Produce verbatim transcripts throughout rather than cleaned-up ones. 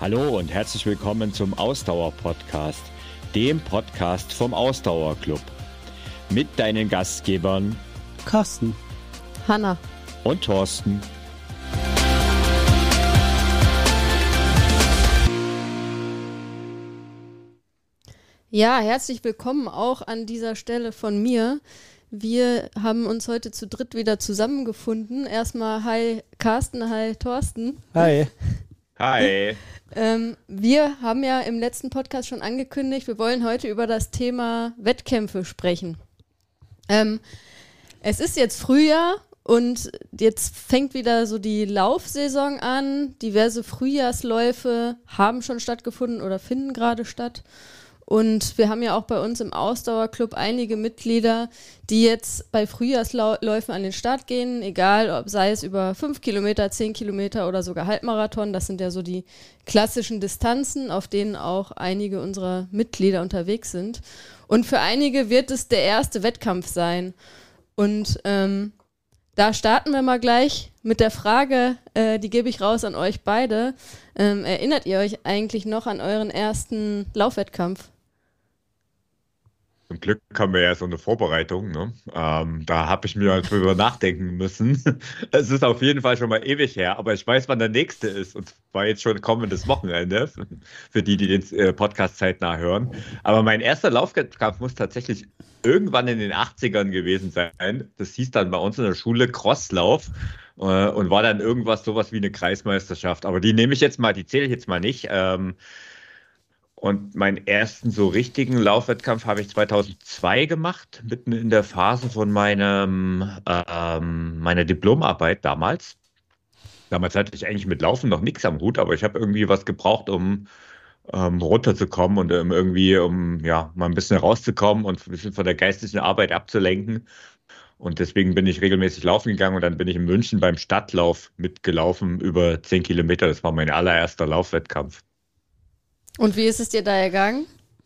Hallo und herzlich willkommen zum Ausdauer-Podcast, dem Podcast vom Ausdauerclub. Mit deinen Gastgebern Carsten, Hanna und Thorsten. Ja, herzlich willkommen auch an dieser Stelle von mir. Wir haben uns heute zu dritt wieder zusammengefunden. Erstmal hi Carsten, hi Thorsten. Hi. Hi. ähm, wir haben ja im letzten Podcast schon angekündigt, wir wollen heute über das Thema Wettkämpfe sprechen. Ähm, es ist jetzt Frühjahr und jetzt fängt wieder so die Laufsaison an. Diverse Frühjahrsläufe haben schon stattgefunden oder finden gerade statt. Und wir haben ja auch bei uns im Ausdauerclub einige Mitglieder, die jetzt bei Frühjahrsläufen an den Start gehen, egal ob sei es über fünf Kilometer, zehn Kilometer oder sogar Halbmarathon. Das sind ja so die klassischen Distanzen, auf denen auch einige unserer Mitglieder unterwegs sind. Und für einige wird es der erste Wettkampf sein. Und ähm, da starten wir mal gleich mit der Frage, äh, die gebe ich raus an euch beide. Ähm, erinnert ihr euch eigentlich noch an euren ersten Laufwettkampf? Zum Glück haben wir ja so eine Vorbereitung, ne? Ähm, da habe ich mir drüber nachdenken müssen. Es ist auf jeden Fall schon mal ewig her, aber ich weiß, wann der nächste ist. Und zwar jetzt schon kommendes Wochenende, für die, die den äh, Podcast zeitnah hören. Aber mein erster Laufwettkampf muss tatsächlich irgendwann in den achtzigern gewesen sein. Das hieß dann bei uns in der Schule Crosslauf äh, und war dann irgendwas, sowas wie eine Kreismeisterschaft. Aber die nehme ich jetzt mal, die zähle ich jetzt mal nicht. Ähm, Und meinen ersten so richtigen Laufwettkampf habe ich zweitausendzwei gemacht, mitten in der Phase von meinem, ähm, meiner Diplomarbeit damals. Damals hatte ich eigentlich mit Laufen noch nichts am Hut, aber ich habe irgendwie was gebraucht, um ähm, runterzukommen und um irgendwie, um ja, mal ein bisschen rauszukommen und ein bisschen von der geistlichen Arbeit abzulenken. Und deswegen bin ich regelmäßig laufen gegangen und dann bin ich in München beim Stadtlauf mitgelaufen über zehn Kilometer. Das war mein allererster Laufwettkampf. Und wie ist es dir da ergangen?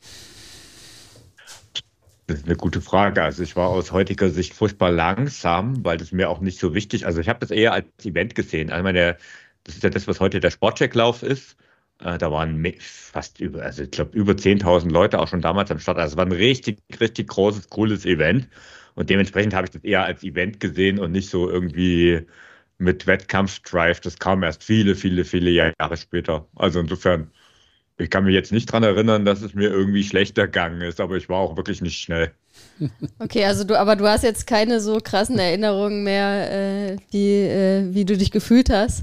Das ist eine gute Frage. Also ich war aus heutiger Sicht furchtbar langsam, weil das mir auch nicht so wichtig, also ich habe das eher als Event gesehen. Also meine, das ist ja das, was heute der Sportchecklauf ist. Äh, da waren fast über, also ich glaube über zehntausend Leute auch schon damals am Start. Also es war ein richtig, richtig großes, cooles Event. Und dementsprechend habe ich das eher als Event gesehen und nicht so irgendwie mit Wettkampfdrive. Das kam erst viele, viele, viele Jahre später. Also insofern, ich kann mich jetzt nicht daran erinnern, dass es mir irgendwie schlechter gegangen ist, aber ich war auch wirklich nicht schnell. Okay, also du, aber du hast jetzt keine so krassen Erinnerungen mehr, äh, wie, äh, wie du dich gefühlt hast?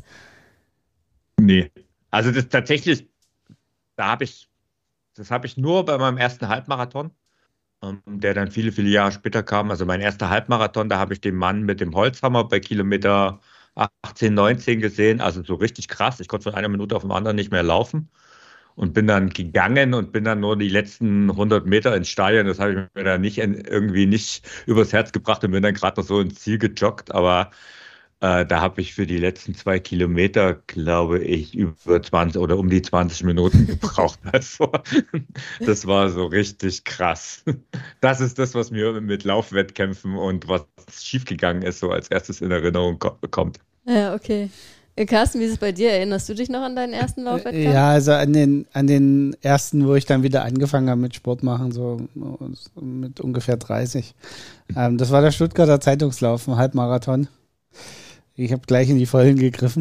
Nee. Also das tatsächlich, da habe ich, das habe ich nur bei meinem ersten Halbmarathon, ähm, der dann viele, viele Jahre später kam. Also mein erster Halbmarathon, da habe ich den Mann mit dem Holzhammer bei Kilometer achtzehn, neunzehn gesehen. Also so richtig krass. Ich konnte von einer Minute auf den anderen nicht mehr laufen. Und bin dann gegangen und bin dann nur die letzten hundert Meter ins Stadion. Das habe ich mir dann nicht irgendwie nicht übers Herz gebracht und bin dann gerade noch so ins Ziel gejoggt. Aber äh, da habe ich für die letzten zwei Kilometer, glaube ich, über zwanzig oder um die zwanzig Minuten gebraucht. Also, das war so richtig krass. Das ist das, was mir mit Laufwettkämpfen und was schiefgegangen ist, so als erstes in Erinnerung kommt. Ja, okay. Carsten, wie ist es bei dir? Erinnerst du dich noch an deinen ersten Laufwettkampf? Ja, also an den, an den ersten, wo ich dann wieder angefangen habe mit Sport machen, so mit ungefähr dreißig. Ähm, das war der Stuttgarter Zeitungslauf, ein Halbmarathon. Ich habe gleich in die Vollen gegriffen.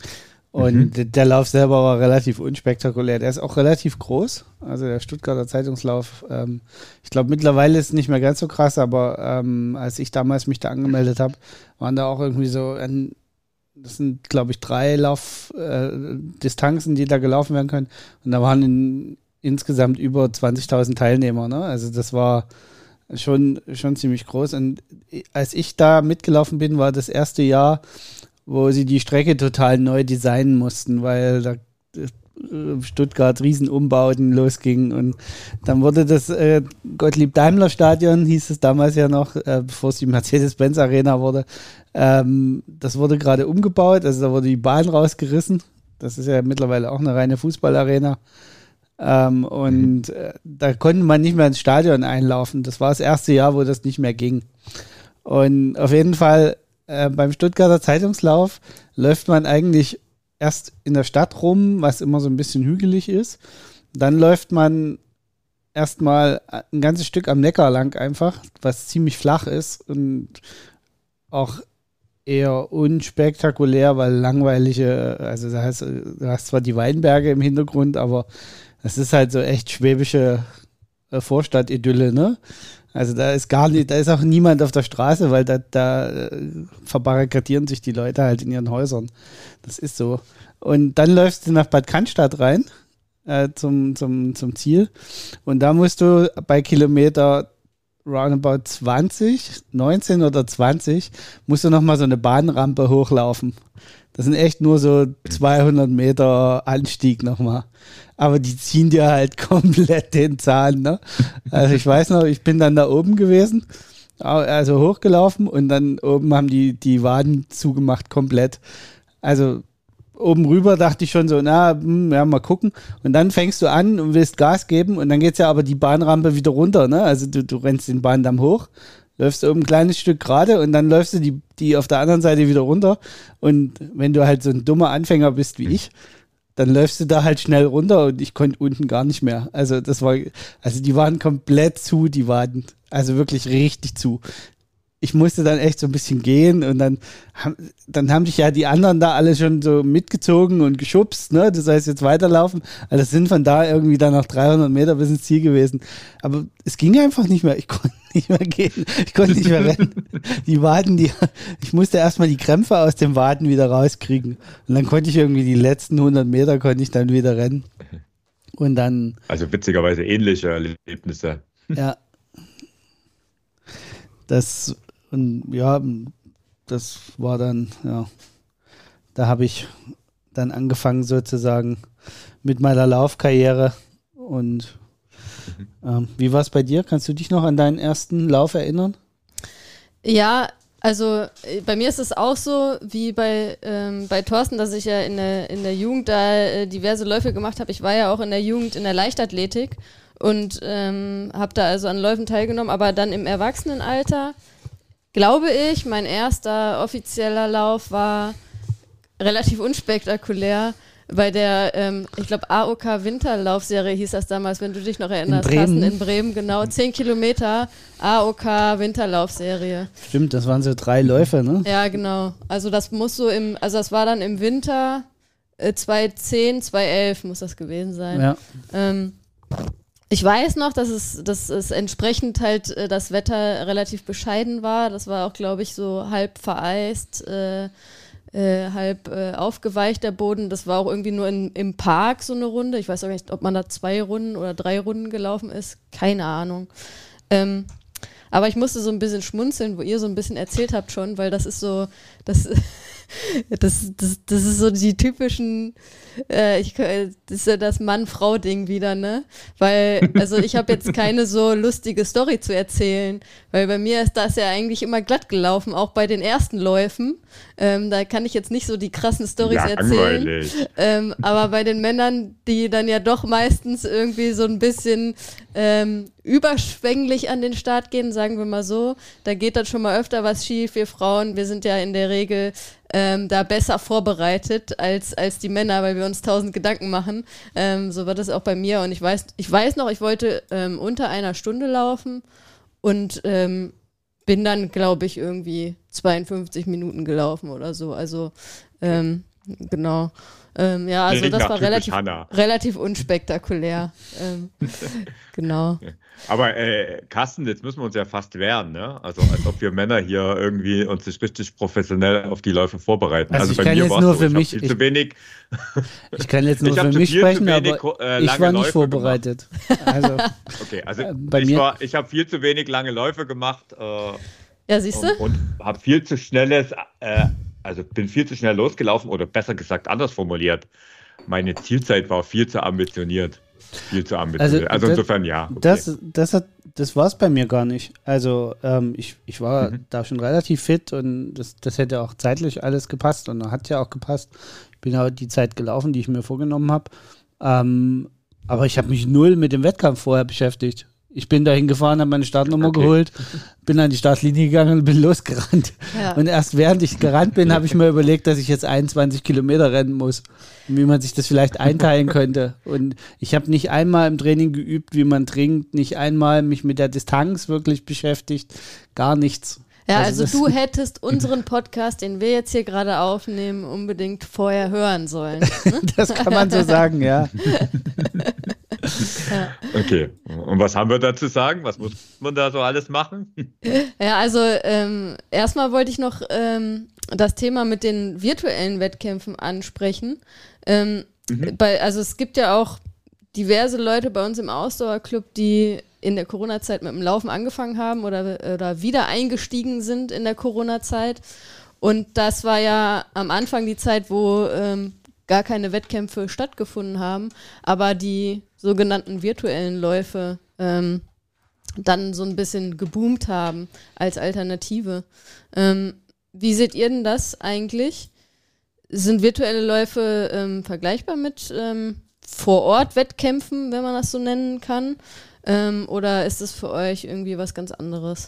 Und mhm. der Lauf selber war relativ unspektakulär. Der ist auch relativ groß. Also der Stuttgarter Zeitungslauf, ähm, ich glaube mittlerweile ist es nicht mehr ganz so krass, aber ähm, als ich damals mich da angemeldet habe, waren da auch irgendwie so ein Das sind, glaube ich, drei Laufdistanzen, äh, die da gelaufen werden können. Und da waren in, insgesamt über zwanzigtausend Teilnehmer. Ne? Also das war schon, schon ziemlich groß. Und als ich da mitgelaufen bin, war das erste Jahr, wo sie die Strecke total neu designen mussten, weil da Stuttgart Riesenumbauten losging. Und dann wurde das äh, Gottlieb-Daimler-Stadion, hieß es damals ja noch, äh, bevor es die Mercedes-Benz-Arena wurde, ähm, das wurde gerade umgebaut, also da wurde die Bahn rausgerissen. Das ist ja mittlerweile auch eine reine Fußballarena. Ähm, und äh, da konnte man nicht mehr ins Stadion einlaufen. Das war das erste Jahr, wo das nicht mehr ging. Und auf jeden Fall äh, beim Stuttgarter Zeitungslauf läuft man eigentlich erst in der Stadt rum, was immer so ein bisschen hügelig ist. Dann läuft man erstmal ein ganzes Stück am Neckar lang einfach, was ziemlich flach ist und auch eher unspektakulär, weil langweilige, also da hast, du hast zwar die Weinberge im Hintergrund, aber das ist halt so echt schwäbische äh, Vorstadt-Idylle, ne? Also da ist gar nicht, da ist auch niemand auf der Straße, weil da, da äh, verbarrikadieren sich die Leute halt in ihren Häusern. Das ist so. Und dann läufst du nach Bad Cannstatt rein, äh, zum, zum, zum Ziel. Und da musst du bei Kilometer roundabout zwanzig, neunzehn oder zwanzig, musst du nochmal so eine Bahnrampe hochlaufen. Das sind echt nur so zweihundert Meter Anstieg nochmal. Aber die ziehen dir halt komplett den Zahn, ne? Also ich weiß noch, ich bin dann da oben gewesen, also hochgelaufen und dann oben haben die die Waden zugemacht komplett. Also oben rüber dachte ich schon so, na, hm, ja, mal gucken. Und dann fängst du an und willst Gas geben und dann geht's ja aber die Bahnrampe wieder runter, ne? Also du, du rennst den Bahndamm hoch, läufst oben ein kleines Stück gerade und dann läufst du die, die auf der anderen Seite wieder runter. Und wenn du halt so ein dummer Anfänger bist wie ich, dann läufst du da halt schnell runter und ich konnte unten gar nicht mehr. Also das war, also die waren komplett zu, die Waden. Also wirklich richtig zu. Ich musste dann echt so ein bisschen gehen und dann haben, dann haben sich ja die anderen da alle schon so mitgezogen und geschubst, ne? Das heißt jetzt weiterlaufen. Also das sind von da irgendwie dann noch dreihundert Meter bis ins Ziel gewesen. Aber es ging einfach nicht mehr. Ich konnte nicht mehr gehen. Ich konnte nicht mehr rennen. Die Waden, die, ich musste erstmal die Krämpfe aus dem Waden wieder rauskriegen. Und dann konnte ich irgendwie die letzten hundert Meter konnte ich dann wieder rennen. Und dann. Also witzigerweise ähnliche Erlebnisse. Ja. Das, und ja, das war dann, ja, da habe ich dann angefangen sozusagen mit meiner Laufkarriere. Und ähm, wie war es bei dir? Kannst du dich noch an deinen ersten Lauf erinnern? Ja, also bei mir ist es auch so wie bei, ähm, bei Thorsten, dass ich ja in der, in der Jugend da äh, diverse Läufe gemacht habe. Ich war ja auch in der Jugend in der Leichtathletik und ähm, habe da also an Läufen teilgenommen, aber dann im Erwachsenenalter, glaube ich, mein erster offizieller Lauf war relativ unspektakulär. Bei der, ähm, ich glaube, A O K Winterlaufserie hieß das damals, wenn du dich noch erinnerst, in Carsten, in Bremen, genau, zehn Kilometer A O K Winterlaufserie. Stimmt, das waren so drei Läufe, ne? Ja, genau. Also das muss so im, also das war dann im Winter äh, zweitausendzehn, zweitausendelf muss das gewesen sein. Ja. Ähm, ich weiß noch, dass es, dass es entsprechend halt äh, das Wetter relativ bescheiden war. Das war auch, glaube ich, so halb vereist, äh, äh, halb äh, aufgeweicht der Boden. Das war auch irgendwie nur in, im Park so eine Runde. Ich weiß auch nicht, ob man da zwei Runden oder drei Runden gelaufen ist. Keine Ahnung. Ähm, aber ich musste so ein bisschen schmunzeln, wo ihr so ein bisschen erzählt habt schon, weil das ist so, das Das, das, das ist so die typischen, äh, ich, das ist ja das Mann-Frau-Ding wieder, ne? Weil, also ich habe jetzt keine so lustige Story zu erzählen, weil bei mir ist das ja eigentlich immer glatt gelaufen, auch bei den ersten Läufen. Ähm, da kann ich jetzt nicht so die krassen Storys ja, erzählen. Ähm, aber bei den Männern, die dann ja doch meistens irgendwie so ein bisschen ähm, überschwänglich an den Start gehen, sagen wir mal so, da geht dann schon mal öfter was schief. Wir Frauen, wir sind ja in der Regel ähm, da besser vorbereitet als, als die Männer, weil wir uns tausend Gedanken machen. Ähm, so war das auch bei mir und ich weiß, ich weiß noch, ich wollte ähm, unter einer Stunde laufen und ähm, bin dann, glaube ich, irgendwie zweiundfünfzig Minuten gelaufen oder so. Also, ähm, genau. Ähm, ja, also das war relativ, relativ unspektakulär. ähm, genau. Aber äh, Carsten, jetzt müssen wir uns ja fast wehren, ne? Also als ob wir Männer hier irgendwie uns nicht richtig professionell auf die Läufe vorbereiten. Also, also ich bei kann mir jetzt war nur so, für ich mich, viel ich, zu wenig. Ich kann jetzt nur ich für mich sprechen, wenig, aber äh, ich war nicht Läufe vorbereitet. Also, okay, also äh, bei ich, mir war, ich habe viel zu wenig lange Läufe gemacht. Äh, ja, siehst du? Und, und habe viel zu schnelles, äh, also bin viel zu schnell losgelaufen oder besser gesagt anders formuliert. Meine Zielzeit war viel zu ambitioniert. Viel zu ambitioniert. Also, also das, insofern ja. Okay. Das, das, hat, das war es bei mir gar nicht. Also ähm, ich, ich war mhm. da schon relativ fit und das, das hätte auch zeitlich alles gepasst und hat ja auch gepasst. Ich bin auch die Zeit gelaufen, die ich mir vorgenommen habe. Ähm, aber ich habe mich null mit dem Wettkampf vorher beschäftigt. Ich bin dahin gefahren, habe meine Startnummer Okay. geholt, bin an die Startlinie gegangen und bin losgerannt. Ja. Und erst während ich gerannt bin, habe ich mir überlegt, dass ich jetzt einundzwanzig Kilometer rennen muss und wie man sich das vielleicht einteilen könnte. Und ich habe nicht einmal im Training geübt, wie man trinkt, nicht einmal mich mit der Distanz wirklich beschäftigt, gar nichts. Ja, Also also, das- du hättest unseren Podcast, den wir jetzt hier gerade aufnehmen, unbedingt vorher hören sollen. Ne? Das kann man so sagen, ja. Okay. Und was haben wir da zu sagen? Was muss man da so alles machen? Ja, also ähm, erstmal wollte ich noch ähm, das Thema mit den virtuellen Wettkämpfen ansprechen. Ähm, Mhm. bei, also es gibt ja auch diverse Leute bei uns im Ausdauerclub, die in der Corona-Zeit mit dem Laufen angefangen haben oder, oder wieder eingestiegen sind in der Corona-Zeit. Und das war ja am Anfang die Zeit, wo ähm, gar keine Wettkämpfe stattgefunden haben, aber die sogenannten virtuellen Läufe ähm, dann so ein bisschen geboomt haben als Alternative. Ähm, wie seht ihr denn das eigentlich? Sind virtuelle Läufe ähm, vergleichbar mit ähm, Vor-Ort-Wettkämpfen, wenn man das so nennen kann? Ähm, oder ist es für euch irgendwie was ganz anderes?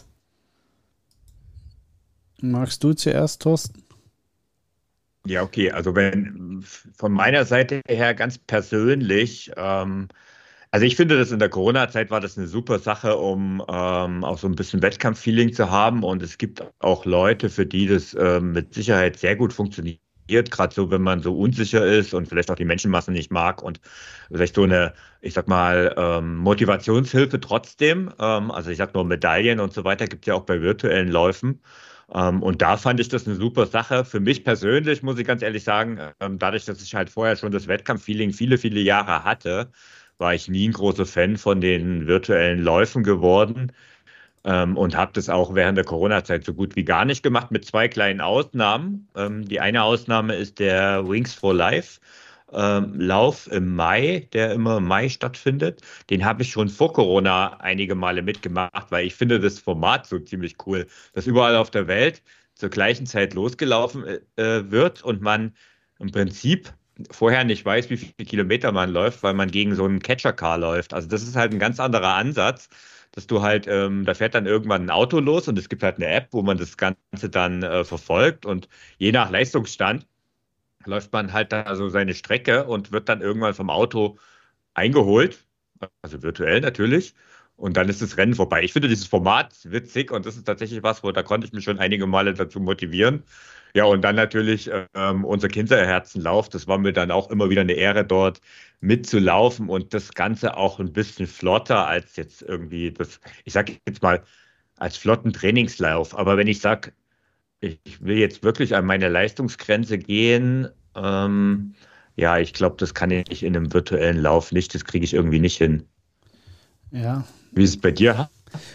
Magst du zuerst, Thorsten? Ja, okay. Also wenn von meiner Seite her ganz persönlich, ähm, also ich finde, dass in der Corona-Zeit war das eine super Sache, um ähm, auch so ein bisschen Wettkampf-Feeling zu haben. Und es gibt auch Leute, für die das ähm, mit Sicherheit sehr gut funktioniert, gerade so, wenn man so unsicher ist und vielleicht auch die Menschenmasse nicht mag und vielleicht so eine, ich sag mal, ähm, Motivationshilfe trotzdem. Ähm, also ich sag nur Medaillen und so weiter, gibt es ja auch bei virtuellen Läufen. Ähm, und da fand ich das eine super Sache. Für mich persönlich muss ich ganz ehrlich sagen, ähm, dadurch, dass ich halt vorher schon das Wettkampffeeling viele, viele Jahre hatte, war ich nie ein großer Fan von den virtuellen Läufen geworden. Ähm, und habe das auch während der Corona-Zeit so gut wie gar nicht gemacht, mit zwei kleinen Ausnahmen. Ähm, die eine Ausnahme ist der Wings for Life ähm, Lauf im Mai, der immer im Mai stattfindet. Den habe ich schon vor Corona einige Male mitgemacht, weil ich finde das Format so ziemlich cool, dass überall auf der Welt zur gleichen Zeit losgelaufen äh, wird und man im Prinzip vorher nicht weiß, wie viele Kilometer man läuft, weil man gegen so einen Catcher-Car läuft. Also das ist halt ein ganz anderer Ansatz, dass du halt, ähm, da fährt dann irgendwann ein Auto los und es gibt halt eine App, wo man das Ganze dann äh, verfolgt und je nach Leistungsstand läuft man halt da so seine Strecke und wird dann irgendwann vom Auto eingeholt, also virtuell natürlich. Und dann ist das Rennen vorbei. Ich finde dieses Format witzig und das ist tatsächlich was, wo da konnte ich mich schon einige Male dazu motivieren. Ja, und dann natürlich ähm, unser Kinderherzenlauf. Das war mir dann auch immer wieder eine Ehre, dort mitzulaufen und das Ganze auch ein bisschen flotter als jetzt irgendwie das, ich sage jetzt mal, als flotten Trainingslauf. Aber wenn ich sage, ich will jetzt wirklich an meine Leistungsgrenze gehen, ähm, ja, ich glaube, das kann ich in einem virtuellen Lauf nicht. Das kriege ich irgendwie nicht hin. Ja. Wie ist es bei dir?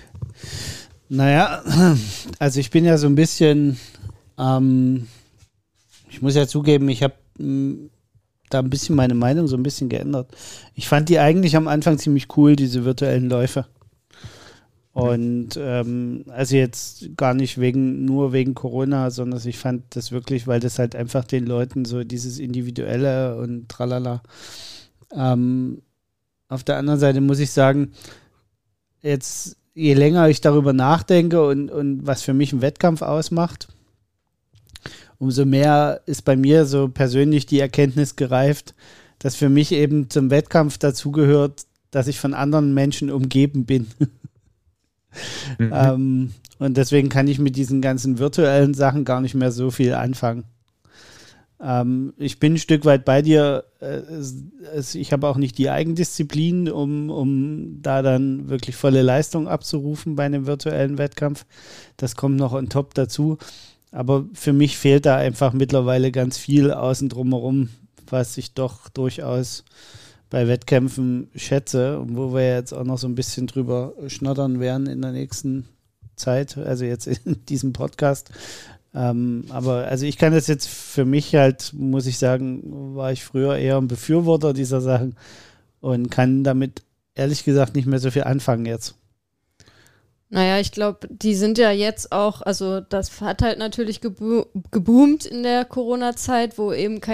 Naja, also ich bin ja so ein bisschen, ähm, ich muss ja zugeben, ich habe da ein bisschen meine Meinung so ein bisschen geändert. Ich fand die eigentlich am Anfang ziemlich cool, diese virtuellen Läufe. Und ähm, also jetzt gar nicht wegen nur wegen Corona, sondern ich fand das wirklich, weil das halt einfach den Leuten so dieses Individuelle und tralala. Ähm, auf der anderen Seite muss ich sagen, jetzt je länger ich darüber nachdenke und, und was für mich ein Wettkampf ausmacht, umso mehr ist bei mir so persönlich die Erkenntnis gereift, dass für mich eben zum Wettkampf dazugehört, dass ich von anderen Menschen umgeben bin. Mhm. ähm, und deswegen kann ich mit diesen ganzen virtuellen Sachen gar nicht mehr so viel anfangen. Ähm, ich bin ein Stück weit bei dir. Äh, es, ich habe auch nicht die Eigendisziplin, um, um da dann wirklich volle Leistung abzurufen bei einem virtuellen Wettkampf. Das kommt noch on top dazu. Aber für mich fehlt da einfach mittlerweile ganz viel außen drumherum, was ich doch durchaus bei Wettkämpfen schätze und wo wir jetzt auch noch so ein bisschen drüber schnoddern werden in der nächsten Zeit, also jetzt in diesem Podcast. Ähm, aber also ich kann das jetzt für mich halt, muss ich sagen, war ich früher eher ein Befürworter dieser Sachen und kann damit ehrlich gesagt nicht mehr so viel anfangen jetzt. Naja, ich glaube, die sind ja jetzt auch, also das hat halt natürlich gebo- geboomt in der Corona-Zeit, wo eben keine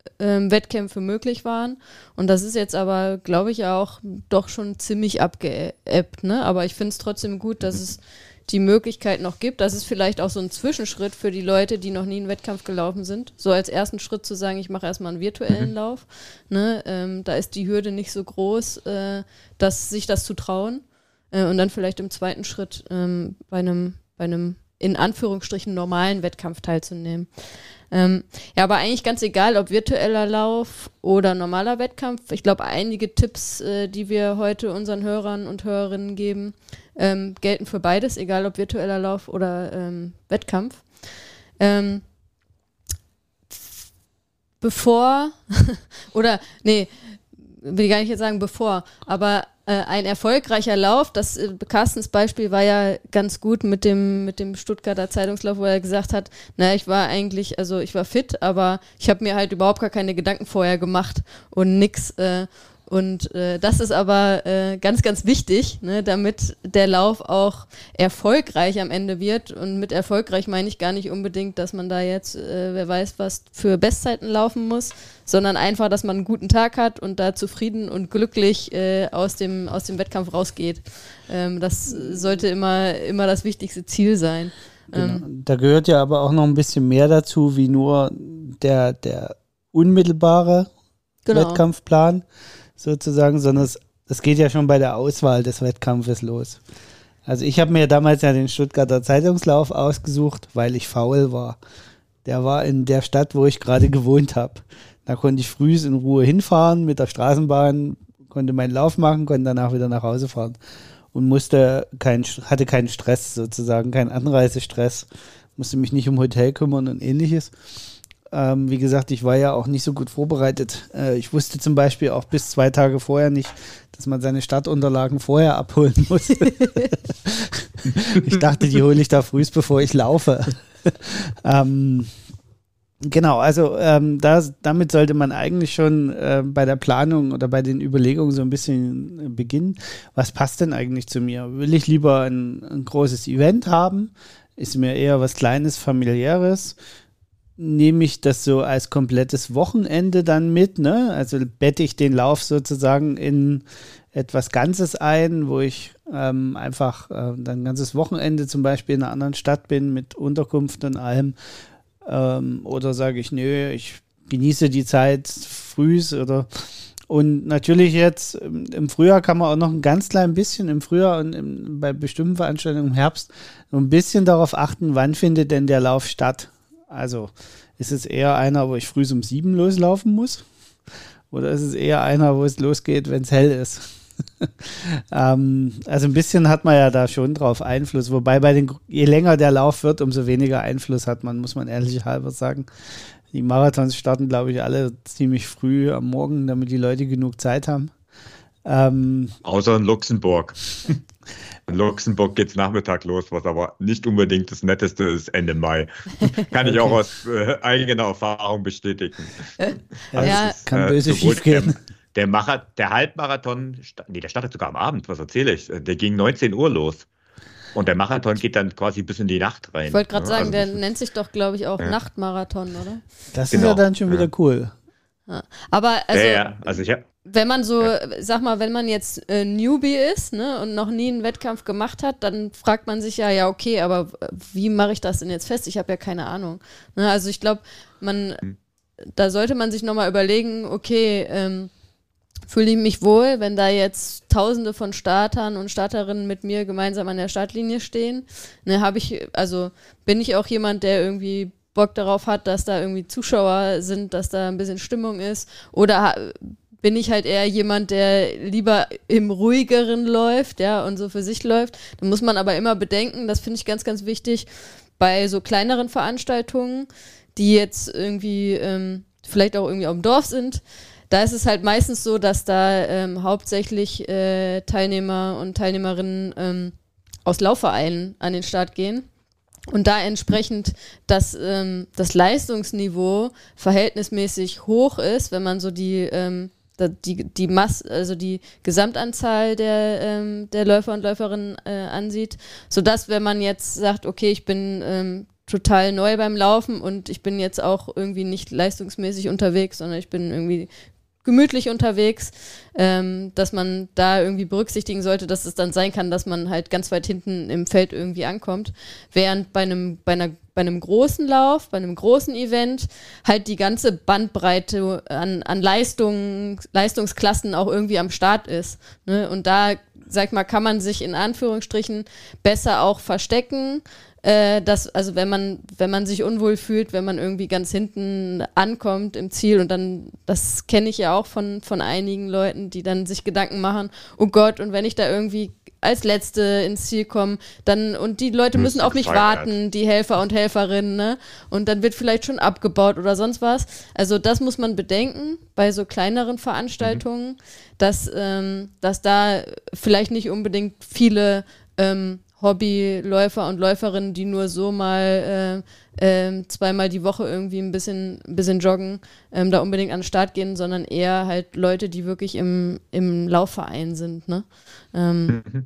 ähm, Wettkämpfe möglich waren. Und das ist jetzt aber, glaube ich, auch doch schon ziemlich abgeebbt. Ne? Aber ich finde es trotzdem gut, dass es die Möglichkeit noch gibt. Das ist vielleicht auch so ein Zwischenschritt für die Leute, die noch nie einen Wettkampf gelaufen sind. So als ersten Schritt zu sagen, ich mache erstmal einen virtuellen mhm. Lauf. Ne? Ähm, da ist die Hürde nicht so groß, äh, dass sich das zu trauen. Äh, und dann vielleicht im zweiten Schritt ähm, bei einem, bei einem in Anführungsstrichen normalen Wettkampf teilzunehmen. Ähm, ja, aber eigentlich ganz egal, ob virtueller Lauf oder normaler Wettkampf. Ich glaube, einige Tipps, äh, die wir heute unseren Hörern und Hörerinnen geben, ähm, gelten für beides, egal ob virtueller Lauf oder ähm, Wettkampf. Ähm, bevor, oder, nee, will ich gar nicht jetzt sagen bevor, aber äh, ein erfolgreicher Lauf, das äh, Carstens Beispiel war ja ganz gut mit dem mit dem Stuttgarter Zeitungslauf, wo er gesagt hat, naja, ich war eigentlich, also ich war fit, aber ich habe mir halt überhaupt gar keine Gedanken vorher gemacht und nix. Äh, und äh, das ist aber äh, ganz, ganz wichtig, ne, damit der Lauf auch erfolgreich am Ende wird. Und mit erfolgreich meine ich gar nicht unbedingt, dass man da jetzt, äh, wer weiß, was für Bestzeiten laufen muss, sondern einfach, dass man einen guten Tag hat und da zufrieden und glücklich äh, aus dem, aus dem Wettkampf rausgeht. Ähm, das sollte immer, immer das wichtigste Ziel sein. Genau. Ähm, Da gehört ja aber auch noch ein bisschen mehr dazu, wie nur der, der unmittelbare genau. Wettkampfplan sozusagen, sondern es, es geht ja schon bei der Auswahl des Wettkampfes los. Also ich habe mir damals ja den Stuttgarter Zeitungslauf ausgesucht, weil ich faul war. Der war in der Stadt, wo ich gerade gewohnt habe. Da konnte ich früh in Ruhe hinfahren mit der Straßenbahn, konnte meinen Lauf machen, konnte danach wieder nach Hause fahren und musste kein, hatte keinen Stress sozusagen, keinen Anreisestress, musste mich nicht um Hotel kümmern und ähnliches. Ähm, wie gesagt, ich war ja auch nicht so gut vorbereitet. Äh, ich wusste zum Beispiel auch bis zwei Tage vorher nicht, dass man seine Startunterlagen vorher abholen muss. Ich dachte, die hole ich da frühst, bevor ich laufe. ähm, genau, also ähm, das, damit sollte man eigentlich schon äh, bei der Planung oder bei den Überlegungen so ein bisschen äh, beginnen. Was passt denn eigentlich zu mir? Will ich lieber ein, ein großes Event haben? Ist mir eher was Kleines, Familiäres? Nehme ich das so als komplettes Wochenende dann mit, ne? Also bette ich den Lauf sozusagen in etwas Ganzes ein, wo ich ähm, einfach äh, dann ein ganzes Wochenende zum Beispiel in einer anderen Stadt bin mit Unterkunft und allem. Ähm, oder sage ich, nö, ich genieße die Zeit frühs oder und natürlich jetzt im Frühjahr kann man auch noch ein ganz klein bisschen im Frühjahr und im, bei bestimmten Veranstaltungen im Herbst so ein bisschen darauf achten, wann findet denn der Lauf statt. Also ist es eher einer, wo ich früh um sieben loslaufen muss? Oder ist es eher einer, wo es losgeht, wenn es hell ist? ähm, also ein bisschen hat man ja da schon drauf Einfluss. Wobei bei den, je länger der Lauf wird, umso weniger Einfluss hat man, muss man ehrlich halber sagen. Die Marathons starten, glaube ich, alle ziemlich früh am Morgen, damit die Leute genug Zeit haben. Ähm, Außer in Luxemburg. In Luxemburg geht es Nachmittag los, was aber nicht unbedingt das Netteste ist, Ende Mai. Kann ich Okay. auch aus äh, eigener Erfahrung bestätigen. Also ja, es kann böse sowohl schief gehen. Der, der, Macher, der Halbmarathon, nee, der startet sogar am Abend, was erzähle ich? Der ging neunzehn Uhr los. Und der Marathon geht dann quasi bis in die Nacht rein. Ich wollte gerade Ja, sagen, also der das ist- nennt sich doch, glaube ich, auch Ja. Nachtmarathon, oder? Das Genau. ist ja dann schon wieder Ja. cool. Ja. Aber also, ja, ja, also ich habe wenn man so, sag mal, wenn man jetzt äh, Newbie ist, ne, und noch nie einen Wettkampf gemacht hat, dann fragt man sich ja, ja, okay, aber äh, wie mache ich das denn jetzt fest? Ich habe ja keine Ahnung. Ne, also ich glaube, man, Hm. da sollte man sich nochmal überlegen, okay, ähm, fühle ich mich wohl, wenn da jetzt Tausende von Startern und Starterinnen mit mir gemeinsam an der Startlinie stehen? Ne, habe ich, also bin ich auch jemand, der irgendwie Bock darauf hat, dass da irgendwie Zuschauer sind, dass da ein bisschen Stimmung ist? Oder ha- bin ich halt eher jemand, der lieber im Ruhigeren läuft, ja, und so für sich läuft? Da muss man aber immer bedenken, das finde ich ganz, ganz wichtig, bei so kleineren Veranstaltungen, die jetzt irgendwie ähm, vielleicht auch irgendwie auf dem Dorf sind, da ist es halt meistens so, dass da ähm, hauptsächlich äh, Teilnehmer und Teilnehmerinnen ähm, aus Laufvereinen an den Start gehen. Und da entsprechend das, ähm, das Leistungsniveau verhältnismäßig hoch ist, wenn man so die, ähm, da- die, die Masse, also die Gesamtanzahl der, ähm, der Läufer und Läuferinnen äh, ansieht, sodass, wenn man jetzt sagt, okay, ich bin ähm, total neu beim Laufen und ich bin jetzt auch irgendwie nicht leistungsmäßig unterwegs, sondern ich bin irgendwie gemütlich unterwegs, ähm, dass man da irgendwie berücksichtigen sollte, dass es dann sein kann, dass man halt ganz weit hinten im Feld irgendwie ankommt, während bei einem, bei einer, bei einem großen Lauf, bei einem großen Event halt die ganze Bandbreite an, an Leistungen, Leistungsklassen auch irgendwie am Start ist, ne? Und da, sag ich mal, kann man sich in Anführungsstrichen besser auch verstecken, Äh, dass, also wenn man, wenn man sich unwohl fühlt, wenn man irgendwie ganz hinten ankommt im Ziel und dann, das kenne ich ja auch von, von einigen Leuten, die dann sich Gedanken machen, oh Gott, und wenn ich da irgendwie als Letzte ins Ziel komme, dann, und die Leute müssen auf mich warten, die Helfer und Helferinnen, ne? Und dann wird vielleicht schon abgebaut oder sonst was. Also das muss man bedenken bei so kleineren Veranstaltungen, mhm. dass, ähm, dass da vielleicht nicht unbedingt viele ähm, Hobbyläufer und Läuferinnen, die nur so mal äh, äh, zweimal die Woche irgendwie ein bisschen, ein bisschen joggen, ähm, da unbedingt an den Start gehen, sondern eher halt Leute, die wirklich im, im Laufverein sind. Ne? Ähm, mhm.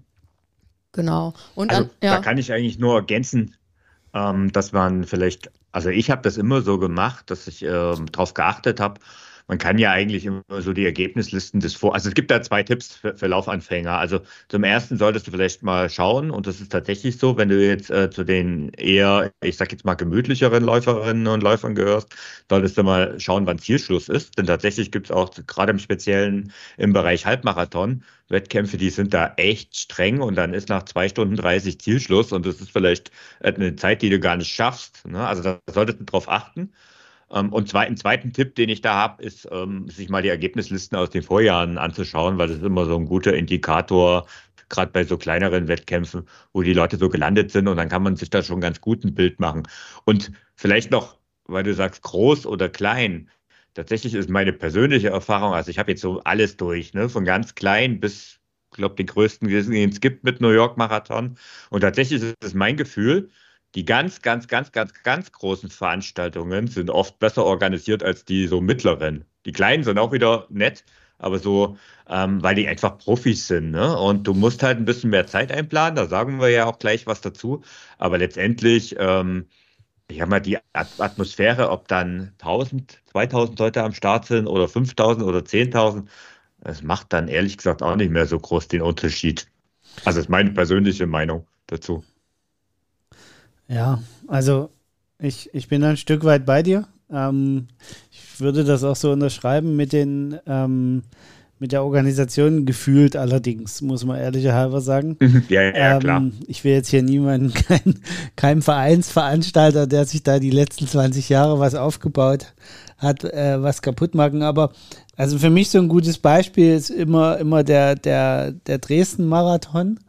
Genau. Und also, an, ja. Da kann ich eigentlich nur ergänzen, ähm, dass man vielleicht, also ich habe das immer so gemacht, dass ich ähm, darauf geachtet habe, man kann ja eigentlich immer so die Ergebnislisten des Vor... Also es gibt da zwei Tipps für, für Laufanfänger. Also zum ersten solltest du vielleicht mal schauen, und das ist tatsächlich so, wenn du jetzt äh, zu den eher, ich sag jetzt mal, gemütlicheren Läuferinnen und Läufern gehörst, solltest du mal schauen, wann Zielschluss ist. Denn tatsächlich gibt es auch gerade im Speziellen im Bereich Halbmarathon Wettkämpfe, die sind da echt streng und dann ist nach zwei Stunden dreißig Zielschluss und das ist vielleicht eine Zeit, die du gar nicht schaffst. Ne? Also da solltest du drauf achten. Und zwar, ein zweiten Tipp, den ich da habe, ist, ähm, sich mal die Ergebnislisten aus den Vorjahren anzuschauen, weil das ist immer so ein guter Indikator, gerade bei so kleineren Wettkämpfen, wo die Leute so gelandet sind, und dann kann man sich da schon ganz gut ein Bild machen. Und vielleicht noch, weil du sagst groß oder klein, tatsächlich ist meine persönliche Erfahrung, also ich habe jetzt so alles durch, ne, von ganz klein bis, ich glaube, den größten, den es gibt mit New York Marathon. Und tatsächlich ist es mein Gefühl, die ganz, ganz, ganz, ganz, ganz großen Veranstaltungen sind oft besser organisiert als die so mittleren. Die kleinen sind auch wieder nett, aber so, ähm, weil die einfach Profis sind, ne? Und du musst halt ein bisschen mehr Zeit einplanen, da sagen wir ja auch gleich was dazu. Aber letztendlich, ähm, ich habe mal die Atmosphäre, ob dann tausend, zweitausend Leute am Start sind oder fünftausend oder zehntausend, das macht dann ehrlich gesagt auch nicht mehr so groß den Unterschied. Also das ist meine persönliche Meinung dazu. Ja, also ich, ich bin ein Stück weit bei dir. Ähm, ich würde das auch so unterschreiben mit den ähm, mit der Organisation gefühlt allerdings, muss man ehrlicherweise sagen. Ja, ja, ähm, klar. Ich will jetzt hier niemanden, kein, kein Vereinsveranstalter, der sich da die letzten zwanzig Jahre was aufgebaut hat, äh, was kaputt machen. Aber also für mich so ein gutes Beispiel ist immer, immer der, der, der Dresden-Marathon,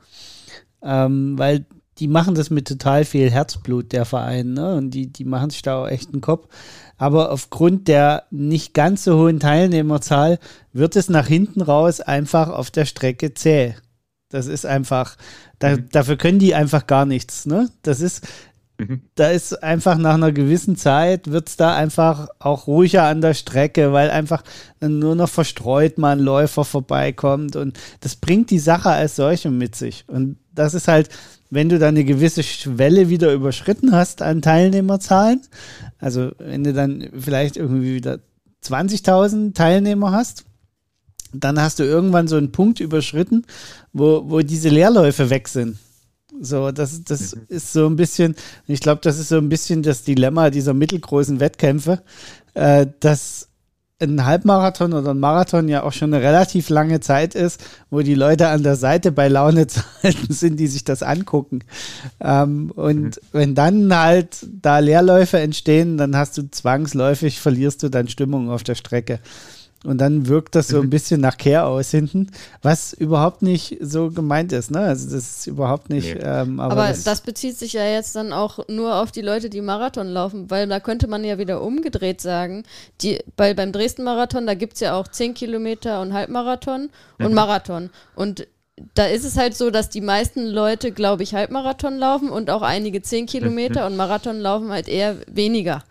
ähm, weil die machen das mit total viel Herzblut, der Verein, ne? Und die, die machen sich da auch echt einen Kopf. Aber aufgrund der nicht ganz so hohen Teilnehmerzahl wird es nach hinten raus einfach auf der Strecke zäh. Das ist einfach, da, mhm. dafür können die einfach gar nichts, ne? Das ist, mhm. da ist einfach nach einer gewissen Zeit wird es da einfach auch ruhiger an der Strecke, weil einfach nur noch verstreut mal ein Läufer vorbeikommt und das bringt die Sache als solche mit sich. Und das ist halt, wenn du dann eine gewisse Schwelle wieder überschritten hast an Teilnehmerzahlen, also wenn du dann vielleicht irgendwie wieder zwanzigtausend Teilnehmer hast, dann hast du irgendwann so einen Punkt überschritten, wo, wo diese Leerläufe weg sind. So, das, das mhm. ist so ein bisschen, ich glaube, das ist so ein bisschen das Dilemma dieser mittelgroßen Wettkämpfe, äh, dass ein Halbmarathon oder ein Marathon ja auch schon eine relativ lange Zeit ist, wo die Leute an der Seite bei Laune zu halten sind, die sich das angucken. Ähm, und mhm. wenn dann halt da Leerläufe entstehen, dann hast du zwangsläufig, verlierst du dann Stimmung auf der Strecke. Und dann wirkt das so ein bisschen nach Kehr aus hinten, was überhaupt nicht so gemeint ist, ne? Also das ist überhaupt nicht. Nee. Ähm, aber aber das, das bezieht sich ja jetzt dann auch nur auf die Leute, die Marathon laufen, weil da könnte man ja wieder umgedreht sagen, die, weil beim Dresden-Marathon, da gibt es ja auch zehn Kilometer und Halbmarathon und mhm. Marathon. Und da ist es halt so, dass die meisten Leute, glaube ich, Halbmarathon laufen und auch einige zehn Kilometer mhm. und Marathon laufen halt eher weniger.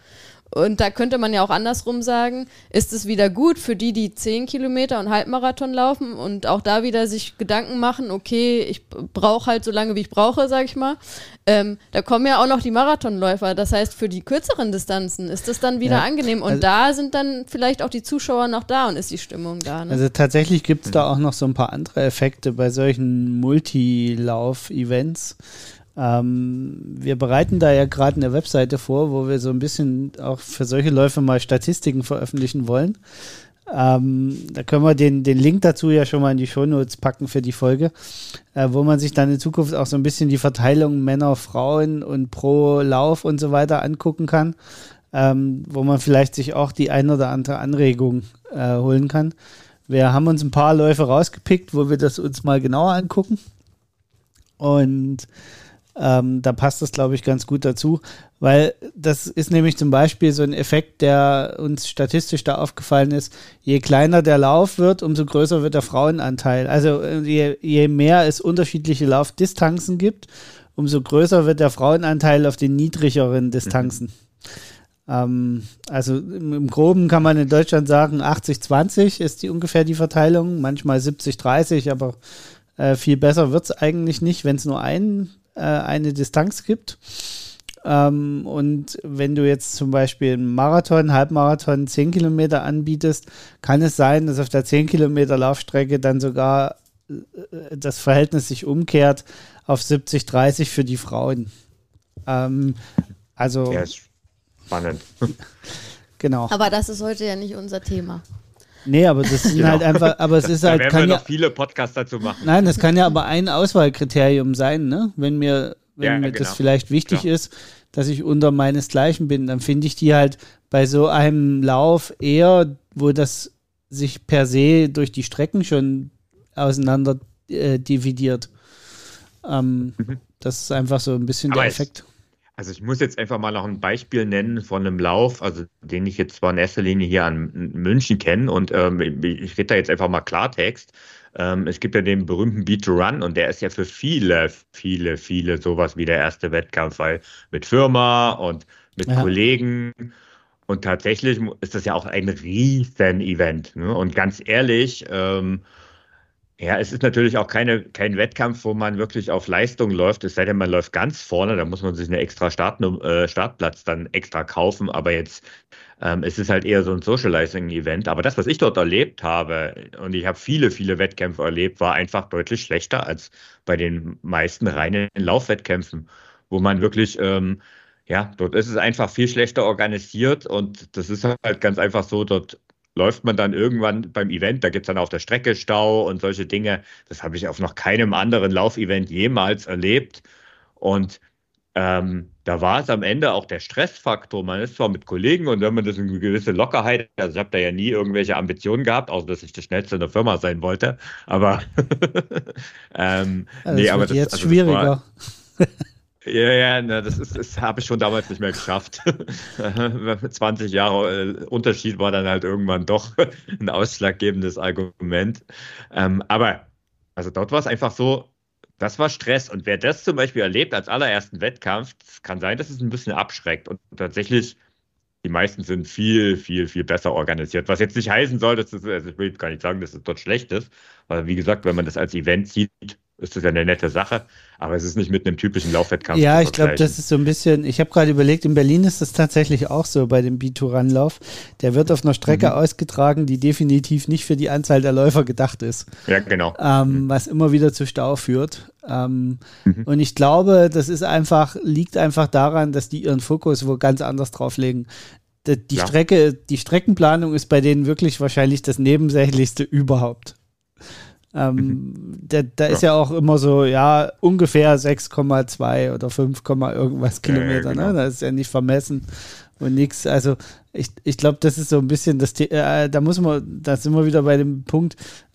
Und da könnte man ja auch andersrum sagen, ist es wieder gut für die, die zehn Kilometer und Halbmarathon laufen und auch da wieder sich Gedanken machen, okay, ich brauche halt so lange, wie ich brauche, sag ich mal. Ähm, da kommen ja auch noch die Marathonläufer. Das heißt, für die kürzeren Distanzen ist das dann wieder ja, angenehm. Und also, da sind dann vielleicht auch die Zuschauer noch da und ist die Stimmung da. Ne? Also tatsächlich gibt es da auch noch so ein paar andere Effekte bei solchen Multilauf-Events. Ähm, wir bereiten da ja gerade eine Webseite vor, wo wir so ein bisschen auch für solche Läufe mal Statistiken veröffentlichen wollen. Ähm, da können wir den, den Link dazu ja schon mal in die Shownotes packen für die Folge, äh, wo man sich dann in Zukunft auch so ein bisschen die Verteilung Männer, Frauen und pro Lauf und so weiter angucken kann, ähm, wo man vielleicht sich auch die ein oder andere Anregung äh, holen kann. Wir haben uns ein paar Läufe rausgepickt, wo wir das uns mal genauer angucken und Ähm, da passt das, glaube ich, ganz gut dazu, weil das ist nämlich zum Beispiel so ein Effekt, der uns statistisch da aufgefallen ist. Je kleiner der Lauf wird, umso größer wird der Frauenanteil. Also je, je mehr es unterschiedliche Laufdistanzen gibt, umso größer wird der Frauenanteil auf den niedrigeren Distanzen. Mhm. Ähm, also im, im Groben kann man in Deutschland sagen, achtzig zwanzig ist die ungefähr die Verteilung, manchmal siebzig dreißig, aber äh, viel besser wird es eigentlich nicht, wenn es nur einen eine Distanz gibt. Ähm, und wenn du jetzt zum Beispiel einen Marathon, Halbmarathon, zehn Kilometer anbietest, kann es sein, dass auf der zehn Kilometer Laufstrecke dann sogar äh, das Verhältnis sich umkehrt auf siebzig dreißig für die Frauen. Ähm, also ja, ist spannend. Genau. Aber das ist heute ja nicht unser Thema. Nee, aber das sind genau. halt einfach, aber es ist da halt, werden kann wir ja noch viele Podcasts dazu machen. Nein, das kann ja aber ein Auswahlkriterium sein, ne? Wenn mir, wenn ja, mir genau. das vielleicht wichtig Klar. ist, dass ich unter meinesgleichen bin, dann finde ich die halt bei so einem Lauf eher, wo das sich per se durch die Strecken schon auseinander äh, dividiert. Ähm, mhm. Das ist einfach so ein bisschen aber der Effekt. Also ich muss jetzt einfach mal noch ein Beispiel nennen von einem Lauf, also den ich jetzt zwar in erster Linie hier an München kenne und ähm, ich rede da jetzt einfach mal Klartext. Ähm, es gibt ja den berühmten Beat to Run und der ist ja für viele, viele, viele sowas wie der erste Wettkampf, weil mit Firma und mit ja. Kollegen und tatsächlich ist das ja auch ein Riesen-Event. Ne? Und ganz ehrlich, ähm, ja, es ist natürlich auch keine, kein Wettkampf, wo man wirklich auf Leistung läuft, es sei denn, man läuft ganz vorne, da muss man sich einen extra Start, äh, Startplatz dann extra kaufen, aber jetzt ähm, es ist halt eher so ein Socializing-Event, aber das, was ich dort erlebt habe, und ich habe viele, viele Wettkämpfe erlebt, war einfach deutlich schlechter als bei den meisten reinen Laufwettkämpfen, wo man wirklich, ähm, ja, dort ist es einfach viel schlechter organisiert und das ist halt ganz einfach so, dort läuft man dann irgendwann beim Event, da gibt es dann auf der Strecke Stau und solche Dinge. Das habe ich auf noch keinem anderen Laufevent jemals erlebt. Und ähm, da war es am Ende auch der Stressfaktor. Man ist zwar mit Kollegen und wenn man das in eine gewisse Lockerheit, also ich habe da ja nie irgendwelche Ambitionen gehabt, außer dass ich der Schnellste in der Firma sein wollte. Aber ähm, ja, das nee, aber das, jetzt also schwieriger. Das war, Ja, ja, na, das ist, das habe ich schon damals nicht mehr geschafft. zwanzig Jahre äh, Unterschied war dann halt irgendwann doch ein ausschlaggebendes Argument. Ähm, aber also dort war es einfach so, das war Stress. Und wer das zum Beispiel erlebt als allerersten Wettkampf, das kann sein, dass es ein bisschen abschreckt. Und tatsächlich, die meisten sind viel, viel, viel besser organisiert. Was jetzt nicht heißen soll, dass das, also ich will gar nicht sagen, dass es dort schlecht ist. Weil wie gesagt, wenn man das als Event sieht, ist das ja eine nette Sache, aber es ist nicht mit einem typischen Laufwettkampf. Ja, ich glaube, das ist so ein bisschen, ich habe gerade überlegt, in Berlin ist das tatsächlich auch so bei dem B-Tour-Run-Lauf. Der wird auf einer Strecke mhm. ausgetragen, die definitiv nicht für die Anzahl der Läufer gedacht ist. Ja, genau. Ähm, mhm. Was immer wieder zu Stau führt. Ähm, mhm. Und ich glaube, das ist einfach, liegt einfach daran, dass die ihren Fokus wo ganz anders drauf legen. Die, die ja. Strecke, die Streckenplanung ist bei denen wirklich wahrscheinlich das Nebensächlichste überhaupt. Ähm, mhm. Da, da ja. ist ja auch immer so, ja, ungefähr sechs Komma zwei oder fünf, irgendwas Kilometer, ja, ja, genau. ne? Da ist ja nicht vermessen und nichts. Also ich, ich glaube, das ist so ein bisschen das, äh, da muss man, da sind wir wieder bei dem Punkt,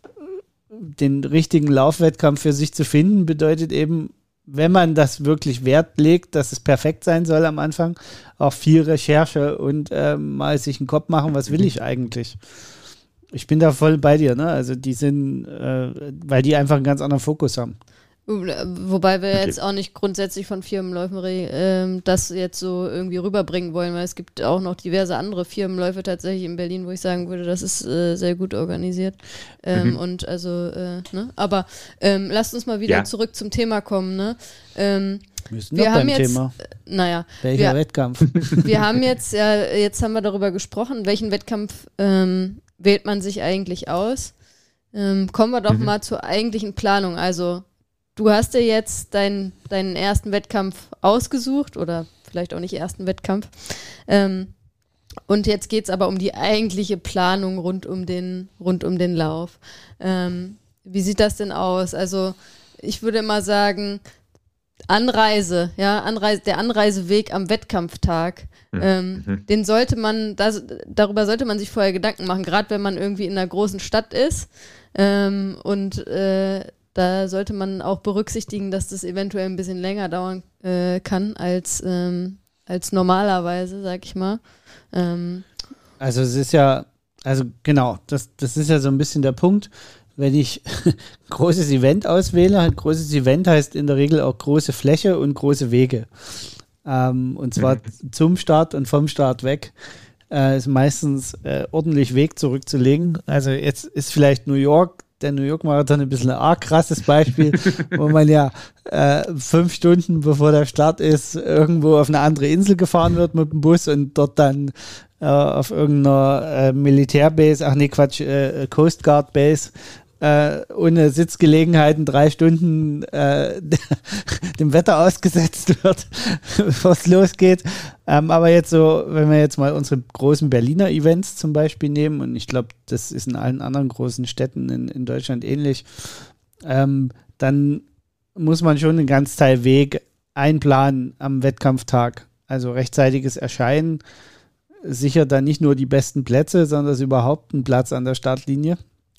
den richtigen Laufwettkampf für sich zu finden, bedeutet eben, wenn man das wirklich Wert legt, dass es perfekt sein soll am Anfang, auch viel Recherche und äh, mal sich einen Kopf machen, was will mhm. ich eigentlich? Ich bin da voll bei dir, ne? Also die sind, äh, weil die einfach einen ganz anderen Fokus haben. Wobei wir Okay. jetzt auch nicht grundsätzlich von Firmenläufen re- ähm, das jetzt so irgendwie rüberbringen wollen, weil es gibt auch noch diverse andere Firmenläufe tatsächlich in Berlin, wo ich sagen würde, das ist äh, sehr gut organisiert. Ähm, Mhm. Und also, äh, ne? Aber ähm, lasst uns mal wieder Ja. zurück zum Thema kommen, ne? Ähm, Wir sind Wir noch haben beim jetzt- Thema. naja, Welcher wir- Wettkampf? wir haben jetzt ja, jetzt haben wir darüber gesprochen, welchen Wettkampf ähm, wählt man sich eigentlich aus. Ähm, kommen wir doch Mhm. mal zur eigentlichen Planung. Also, du hast dir jetzt dein, deinen ersten Wettkampf ausgesucht oder vielleicht auch nicht ersten Wettkampf. Ähm, und jetzt geht es aber um die eigentliche Planung rund um den, rund um den Lauf. Ähm, wie sieht das denn aus? Also, ich würde mal sagen, Anreise, ja, Anreise, der Anreiseweg am Wettkampftag, Mhm. ähm, Mhm. den sollte man, das, darüber sollte man sich vorher Gedanken machen, gerade wenn man irgendwie in einer großen Stadt ist. Ähm, und äh, da sollte man auch berücksichtigen, dass das eventuell ein bisschen länger dauern äh, kann als, ähm, als normalerweise, sag ich mal. Ähm, Also es ist ja, also genau, das, das ist ja so ein bisschen der Punkt. Wenn ich großes Event auswähle, ein großes Event heißt in der Regel auch große Fläche und große Wege. Ähm, und zwar Mhm. zum Start und vom Start weg äh, ist meistens äh, ordentlich Weg zurückzulegen. Also jetzt ist vielleicht New York, der New York Marathon ein bisschen ein arg krasses Beispiel, wo man ja äh, fünf Stunden bevor der Start ist, irgendwo auf eine andere Insel gefahren wird mit dem Bus und dort dann äh, auf irgendeiner äh, Militärbase, ach nee, Quatsch, äh, Coast Guard Base, äh, ohne Sitzgelegenheiten drei Stunden äh, dem Wetter ausgesetzt wird, bevor es losgeht. Ähm, aber jetzt so, wenn wir jetzt mal unsere großen Berliner Events zum Beispiel nehmen, und ich glaube, das ist in allen anderen großen Städten in, in Deutschland ähnlich, ähm, dann muss man schon einen ganz Teil Weg einplanen am Wettkampftag. Also rechtzeitiges Erscheinen sichert dann nicht nur die besten Plätze, sondern es ist überhaupt ein Platz an der Startlinie.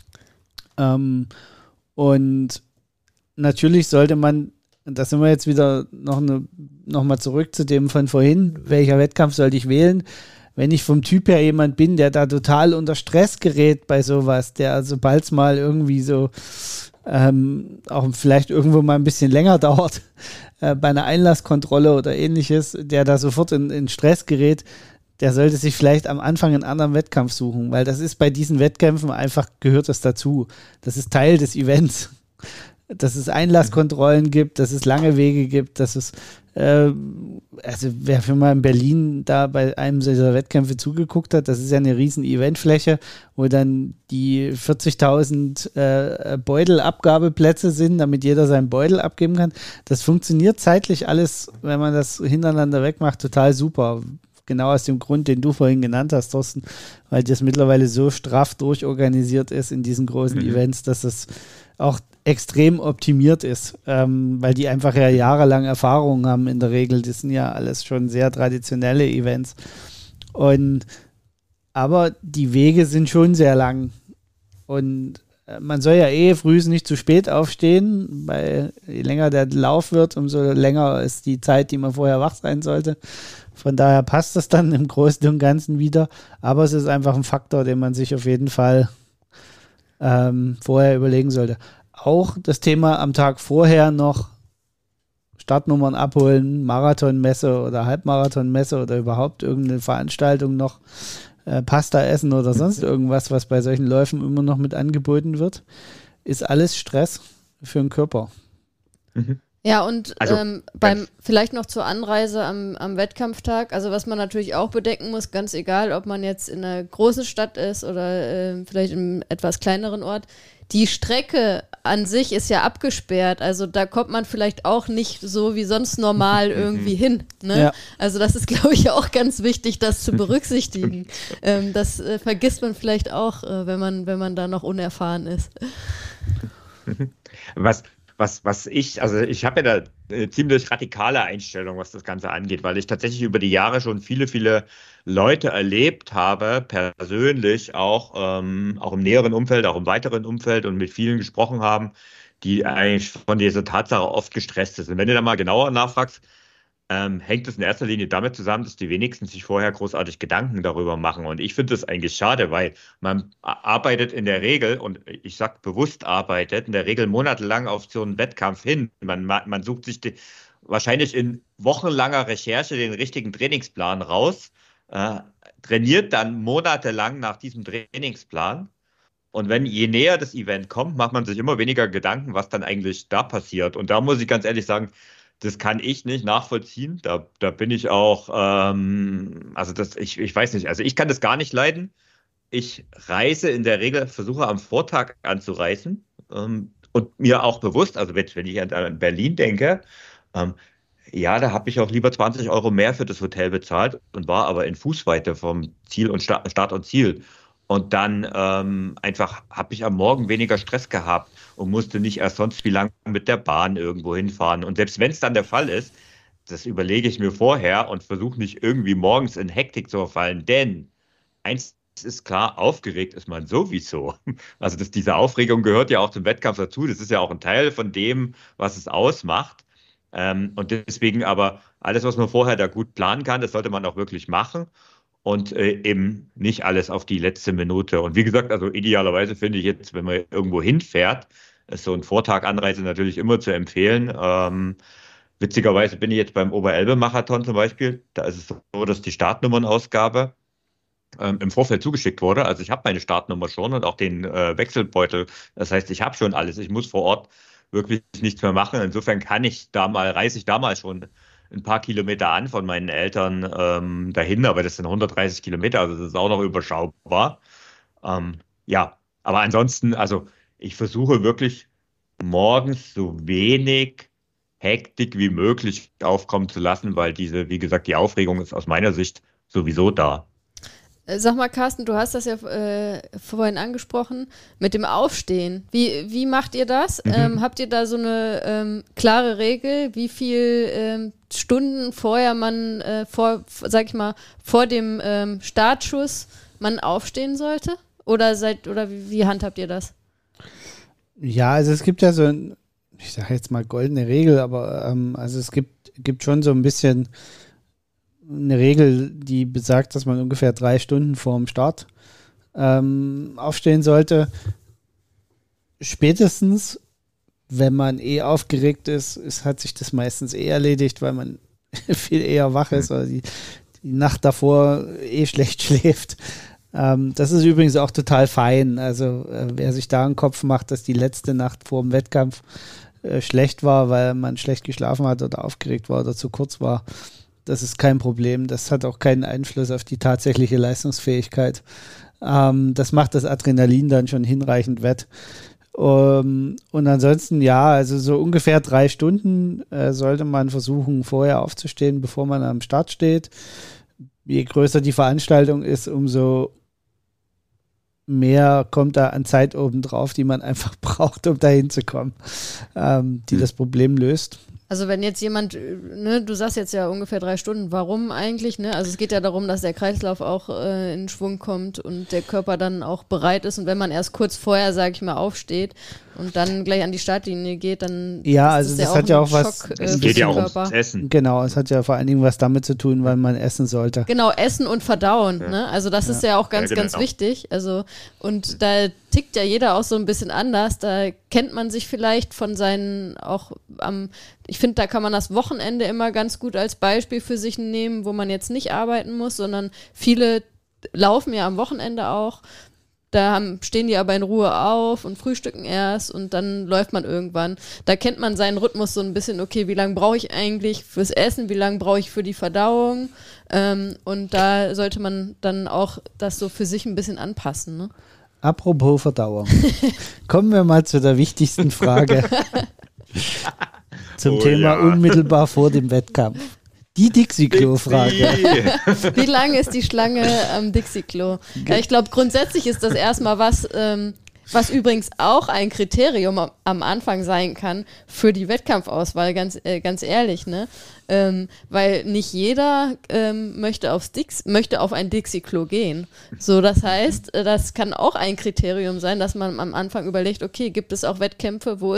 Ähm, und natürlich sollte man, da sind wir jetzt wieder noch, eine, noch mal zurück zu dem von vorhin, welcher Wettkampf sollte ich wählen? Wenn ich vom Typ her jemand bin, der da total unter Stress gerät bei sowas, der sobald es mal irgendwie so ähm, auch vielleicht irgendwo mal ein bisschen länger dauert, äh, bei einer Einlasskontrolle oder ähnliches, der da sofort in, in Stress gerät, der sollte sich vielleicht am Anfang einen anderen Wettkampf suchen, weil das ist bei diesen Wettkämpfen einfach, gehört das dazu. Das ist Teil des Events. Dass es Einlasskontrollen gibt, dass es lange Wege gibt, dass es, äh, also wer für mal in Berlin da bei einem dieser Wettkämpfe zugeguckt hat, das ist ja eine riesen Eventfläche, wo dann die vierzigtausend äh, Beutelabgabeplätze sind, damit jeder seinen Beutel abgeben kann. Das funktioniert zeitlich alles, wenn man das hintereinander wegmacht, total super. Genau aus dem Grund, den du vorhin genannt hast, Thorsten, weil das mittlerweile so straff durchorganisiert ist in diesen großen Mhm. Events, dass es auch extrem optimiert ist, ähm, weil die einfach ja jahrelang Erfahrung haben in der Regel. Das sind ja alles schon sehr traditionelle Events. Und aber die Wege sind schon sehr lang. Und äh, man soll ja eh frühs nicht zu spät aufstehen, weil je länger der Lauf wird, umso länger ist die Zeit, die man vorher wach sein sollte. Von daher passt das dann im Großen und Ganzen wieder. Aber es ist einfach ein Faktor, den man sich auf jeden Fall ähm, vorher überlegen sollte. Auch das Thema am Tag vorher noch Startnummern abholen, Marathonmesse oder Halbmarathonmesse oder überhaupt irgendeine Veranstaltung noch, äh, Pasta essen oder sonst irgendwas, was bei solchen Läufen immer noch mit angeboten wird, ist alles Stress für den Körper. Mhm. Ja, und Also, ähm, beim vielleicht noch zur Anreise am, am Wettkampftag, also was man natürlich auch bedenken muss, ganz egal, ob man jetzt in einer großen Stadt ist oder äh, vielleicht in einem etwas kleineren Ort, die Strecke an sich ist ja abgesperrt, also da kommt man vielleicht auch nicht so wie sonst normal irgendwie hin. Ne? Ja. Also das ist, glaube ich, auch ganz wichtig, das zu berücksichtigen. ähm, das äh, vergisst man vielleicht auch, äh, wenn man, wenn man da noch unerfahren ist. Was, was, was ich, also ich habe ja da eine ziemlich radikale Einstellung, was das Ganze angeht, weil ich tatsächlich über die Jahre schon viele, viele Leute erlebt habe, persönlich auch, ähm, auch im näheren Umfeld, auch im weiteren Umfeld und mit vielen gesprochen haben, die eigentlich von dieser Tatsache oft gestresst sind. Und wenn du da mal genauer nachfragst, ähm, hängt es in erster Linie damit zusammen, dass die wenigsten sich vorher großartig Gedanken darüber machen. Und ich finde das eigentlich schade, weil man arbeitet in der Regel, und ich sage bewusst arbeitet, in der Regel monatelang auf so einen Wettkampf hin. Man, man sucht sich die, wahrscheinlich in wochenlanger Recherche den richtigen Trainingsplan raus, äh, trainiert dann monatelang nach diesem Trainingsplan. Und wenn je näher das Event kommt, macht man sich immer weniger Gedanken, was dann eigentlich da passiert. Und da muss ich ganz ehrlich sagen, das kann ich nicht nachvollziehen. Da, da bin ich auch, ähm, also das, ich, ich weiß nicht, also ich kann das gar nicht leiden. Ich reise in der Regel, versuche am Vortag anzureisen ähm, und mir auch bewusst, also wenn, wenn ich an Berlin denke, ähm, ja, da habe ich auch lieber zwanzig Euro mehr für das Hotel bezahlt und war aber in Fußweite vom Ziel und Start, Start und Ziel. Und dann ähm, einfach habe ich am Morgen weniger Stress gehabt und musste nicht erst sonst wie lange mit der Bahn irgendwo hinfahren. Und selbst wenn es dann der Fall ist, das überlege ich mir vorher und versuche nicht irgendwie morgens in Hektik zu verfallen. Denn eins ist klar, aufgeregt ist man sowieso. Also das, diese Aufregung gehört ja auch zum Wettkampf dazu. Das ist ja auch ein Teil von dem, was es ausmacht. Ähm, und deswegen aber alles, was man vorher da gut planen kann, das sollte man auch wirklich machen. Und äh, eben nicht alles auf die letzte Minute. Und wie gesagt, also idealerweise finde ich jetzt, wenn man irgendwo hinfährt, ist so ein Vortag Anreise natürlich immer zu empfehlen. Ähm, witzigerweise bin ich jetzt beim Oberelbe-Marathon zum Beispiel. Da ist es so, dass die Startnummernausgabe ähm, im Vorfeld zugeschickt wurde. Also ich habe meine Startnummer schon und auch den äh, Wechselbeutel. Das heißt, ich habe schon alles. Ich muss vor Ort wirklich nichts mehr machen. Insofern kann ich da mal, reise ich da mal schon ein paar Kilometer an von meinen Eltern ähm, dahin, aber das sind hundertdreißig Kilometer, also das ist auch noch überschaubar. Ähm, ja, aber ansonsten, also ich versuche wirklich morgens so wenig Hektik wie möglich aufkommen zu lassen, weil diese, wie gesagt, die Aufregung ist aus meiner Sicht sowieso da. Sag mal, Carsten, du hast das ja äh, vorhin angesprochen, mit dem Aufstehen. Wie, wie macht ihr das? Mhm. Ähm, habt ihr da so eine ähm, klare Regel, wie viel ähm, Stunden vorher man, äh, vor, sag ich mal, vor dem ähm, Startschuss man aufstehen sollte? Oder seid, oder wie, wie handhabt ihr das? Ja, also es gibt ja so ein, ich sage jetzt mal goldene Regel, aber ähm, also es gibt, gibt schon so ein bisschen eine Regel, die besagt, dass man ungefähr drei Stunden vor dem Start ähm, aufstehen sollte. Spätestens, wenn man eh aufgeregt ist, ist, hat sich das meistens eh erledigt, weil man viel eher wach ist oder die, die Nacht davor eh schlecht schläft. Ähm, das ist übrigens auch total fein. Also äh, wer sich da einen Kopf macht, dass die letzte Nacht vor dem Wettkampf äh, schlecht war, weil man schlecht geschlafen hat oder aufgeregt war oder zu kurz war, das ist kein Problem. Das hat auch keinen Einfluss auf die tatsächliche Leistungsfähigkeit. Ähm, das macht das Adrenalin dann schon hinreichend wett. Um, und ansonsten, ja, also so ungefähr drei Stunden äh, sollte man versuchen, vorher aufzustehen, bevor man am Start steht. Je größer die Veranstaltung ist, umso mehr kommt da an Zeit obendrauf, die man einfach braucht, um da hinzukommen, ähm, die das Problem löst. Also wenn jetzt jemand, ne, du sagst jetzt ja ungefähr drei Stunden, warum eigentlich, ne? Also es geht ja darum, dass der Kreislauf auch äh, in Schwung kommt und der Körper dann auch bereit ist und wenn man erst kurz vorher, sag ich mal, aufsteht und dann gleich an die Startlinie geht, dann ja, ist also das, das ja hat ja auch Schock, was, äh, es geht ja auch Körper. ums Essen. Genau, es hat ja vor allen Dingen was damit zu tun, weil man essen sollte. Genau, Essen und Verdauen, Ja. ne? Also das Ja. ist ja auch ganz, Ja, genau. ganz wichtig. Also und da tickt ja jeder auch so ein bisschen anders. Da kennt man sich vielleicht von seinen auch am, ich finde, da kann man das Wochenende immer ganz gut als Beispiel für sich nehmen, wo man jetzt nicht arbeiten muss, sondern viele laufen ja am Wochenende auch. Da haben, stehen die aber in Ruhe auf und frühstücken erst und dann läuft man irgendwann. Da kennt man seinen Rhythmus so ein bisschen, okay, wie lange brauche ich eigentlich fürs Essen, wie lange brauche ich für die Verdauung? Ähm, und da sollte man dann auch das so für sich ein bisschen anpassen, ne? Apropos Verdauung. Kommen wir mal zu der wichtigsten Frage. Zum Oh, Thema ja. unmittelbar vor dem Wettkampf. Die Dixie-Klo-Frage. Wie lange ist die Schlange am Dixie-Klo? Ja, ich glaube, grundsätzlich ist das erstmal was, ähm, was übrigens auch ein Kriterium am, am Anfang sein kann für die Wettkampfauswahl, ganz, äh, ganz ehrlich, ne? Ähm, weil nicht jeder ähm, möchte, aufs Dix, möchte auf ein Dixie-Klo gehen. So, das heißt, äh, das kann auch ein Kriterium sein, dass man am Anfang überlegt, okay, gibt es auch Wettkämpfe, wo es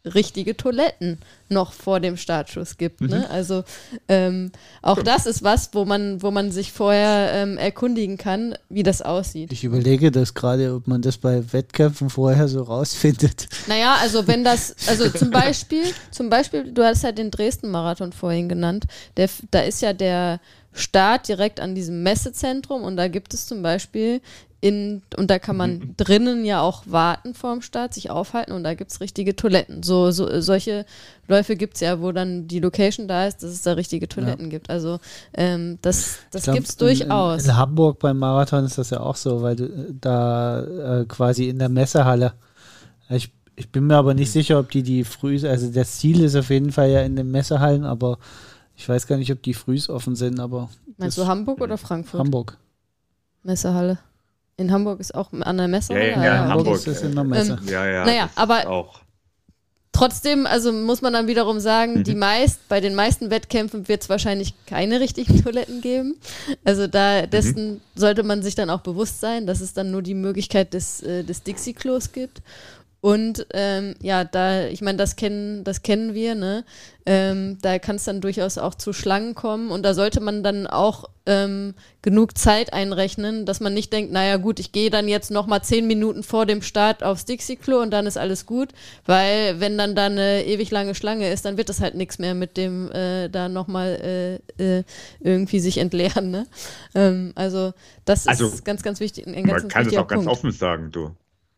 richtige Toiletten noch vor dem Startschuss gibt. Mhm. Ne? Also ähm, auch das ist was, wo man, wo man sich vorher ähm, erkundigen kann, wie das aussieht. Ich überlege das gerade, ob man das bei Wettkämpfen vorher so rausfindet. Naja, also wenn das, also zum Beispiel, zum Beispiel, du hast ja den Dresden-Marathon vorhin genannt, der, da ist ja der Start direkt an diesem Messezentrum und da gibt es zum Beispiel in, und da kann man mhm. drinnen ja auch warten vorm Start, sich aufhalten und da gibt es richtige Toiletten. So, so, solche Läufe gibt es ja, wo dann die Location da ist, dass es da richtige Toiletten ja. gibt. Also ähm, das, das gibt es durchaus. In, in Hamburg beim Marathon ist das ja auch so, weil du da äh, quasi in der Messehalle, ich, ich bin mir aber nicht sicher, ob die die früh, also das Ziel ist auf jeden Fall ja in den Messehallen, aber ich weiß gar nicht, ob die frühs offen sind, aber. Meinst du Hamburg oder Frankfurt? Hamburg. Messehalle. In Hamburg ist auch an der Messe. Ja, ja, ja, Hamburg, Hamburg ist es in der Messe. Ähm, ja, ja. Naja, aber auch. Trotzdem, also muss man dann wiederum sagen, mhm. die meist, bei den meisten Wettkämpfen wird es wahrscheinlich keine richtigen Toiletten geben. Also da dessen mhm. sollte man sich dann auch bewusst sein, dass es dann nur die Möglichkeit des, äh, des Dixie-Klos gibt. Und ähm, ja, da, ich meine, das kennen, das kennen wir, ne? Ähm, da kann es dann durchaus auch zu Schlangen kommen und da sollte man dann auch ähm, genug Zeit einrechnen, dass man nicht denkt, naja gut, ich gehe dann jetzt nochmal zehn Minuten vor dem Start aufs Dixie-Klo und dann ist alles gut, weil wenn dann da eine ewig lange Schlange ist, dann wird das halt nichts mehr mit dem äh, da nochmal äh, äh, irgendwie sich entleeren, ne? Ähm, also das also, ist ganz, ganz wichtig. Ein ganz, man kann es auch ganz Punkt. offen sagen, du.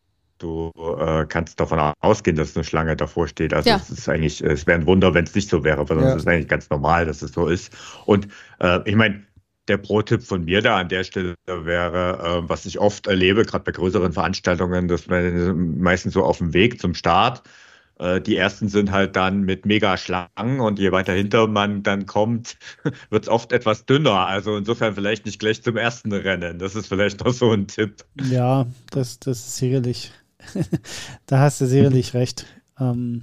Du äh, kannst davon ausgehen, dass eine Schlange davor steht. Also ja. es ist eigentlich, es wäre ein Wunder, wenn es nicht so wäre, weil ja. es ist eigentlich ganz normal, dass es so ist. Und äh, ich meine, der Pro-Tipp von mir da an der Stelle wäre, äh, was ich oft erlebe, gerade bei größeren Veranstaltungen, dass man meistens so auf dem Weg zum Start, äh, die ersten sind halt dann mit mega Schlangen und je weiter hinter man dann kommt, wird es oft etwas dünner. Also insofern vielleicht nicht gleich zum ersten Rennen. Das ist vielleicht noch so ein Tipp. Ja, das, das ist sicherlich. Da hast du sicherlich recht. Ähm,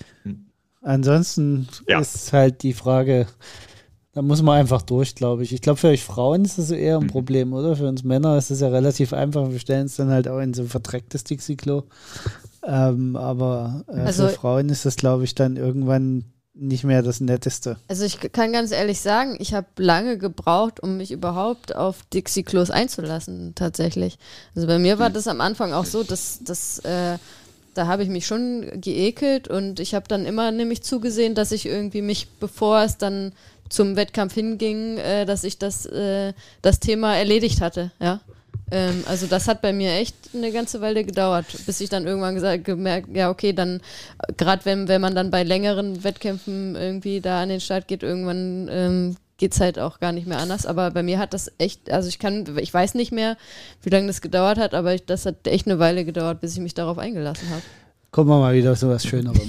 ansonsten ja. ist halt die Frage, da muss man einfach durch, glaube ich. Ich glaube, für euch Frauen ist das eher ein mhm. Problem, oder? Für uns Männer ist es ja relativ einfach. Wir stellen es dann halt auch in so ein verdrecktes Dixie-Klo. Ähm, aber äh, also, für Frauen ist das, glaube ich, dann irgendwann nicht mehr das Netteste. Also ich kann ganz ehrlich sagen, ich habe lange gebraucht, um mich überhaupt auf Dixie-Klos einzulassen, tatsächlich. Also bei mir war das am Anfang auch so, dass, dass äh, da habe ich mich schon geekelt und ich habe dann immer nämlich zugesehen, dass ich irgendwie mich, bevor es dann zum Wettkampf hinging, äh, dass ich das, äh, das Thema erledigt hatte, ja. Ähm, also das hat bei mir echt eine ganze Weile gedauert, bis ich dann irgendwann gesagt, gemerkt, ja okay, dann gerade wenn, wenn man dann bei längeren Wettkämpfen irgendwie da an den Start geht, irgendwann ähm, geht es halt auch gar nicht mehr anders, aber bei mir hat das echt, also ich kann, ich weiß nicht mehr, wie lange das gedauert hat, aber ich, das hat echt eine Weile gedauert, bis ich mich darauf eingelassen habe. Kommen wir mal wieder so was Schöneres.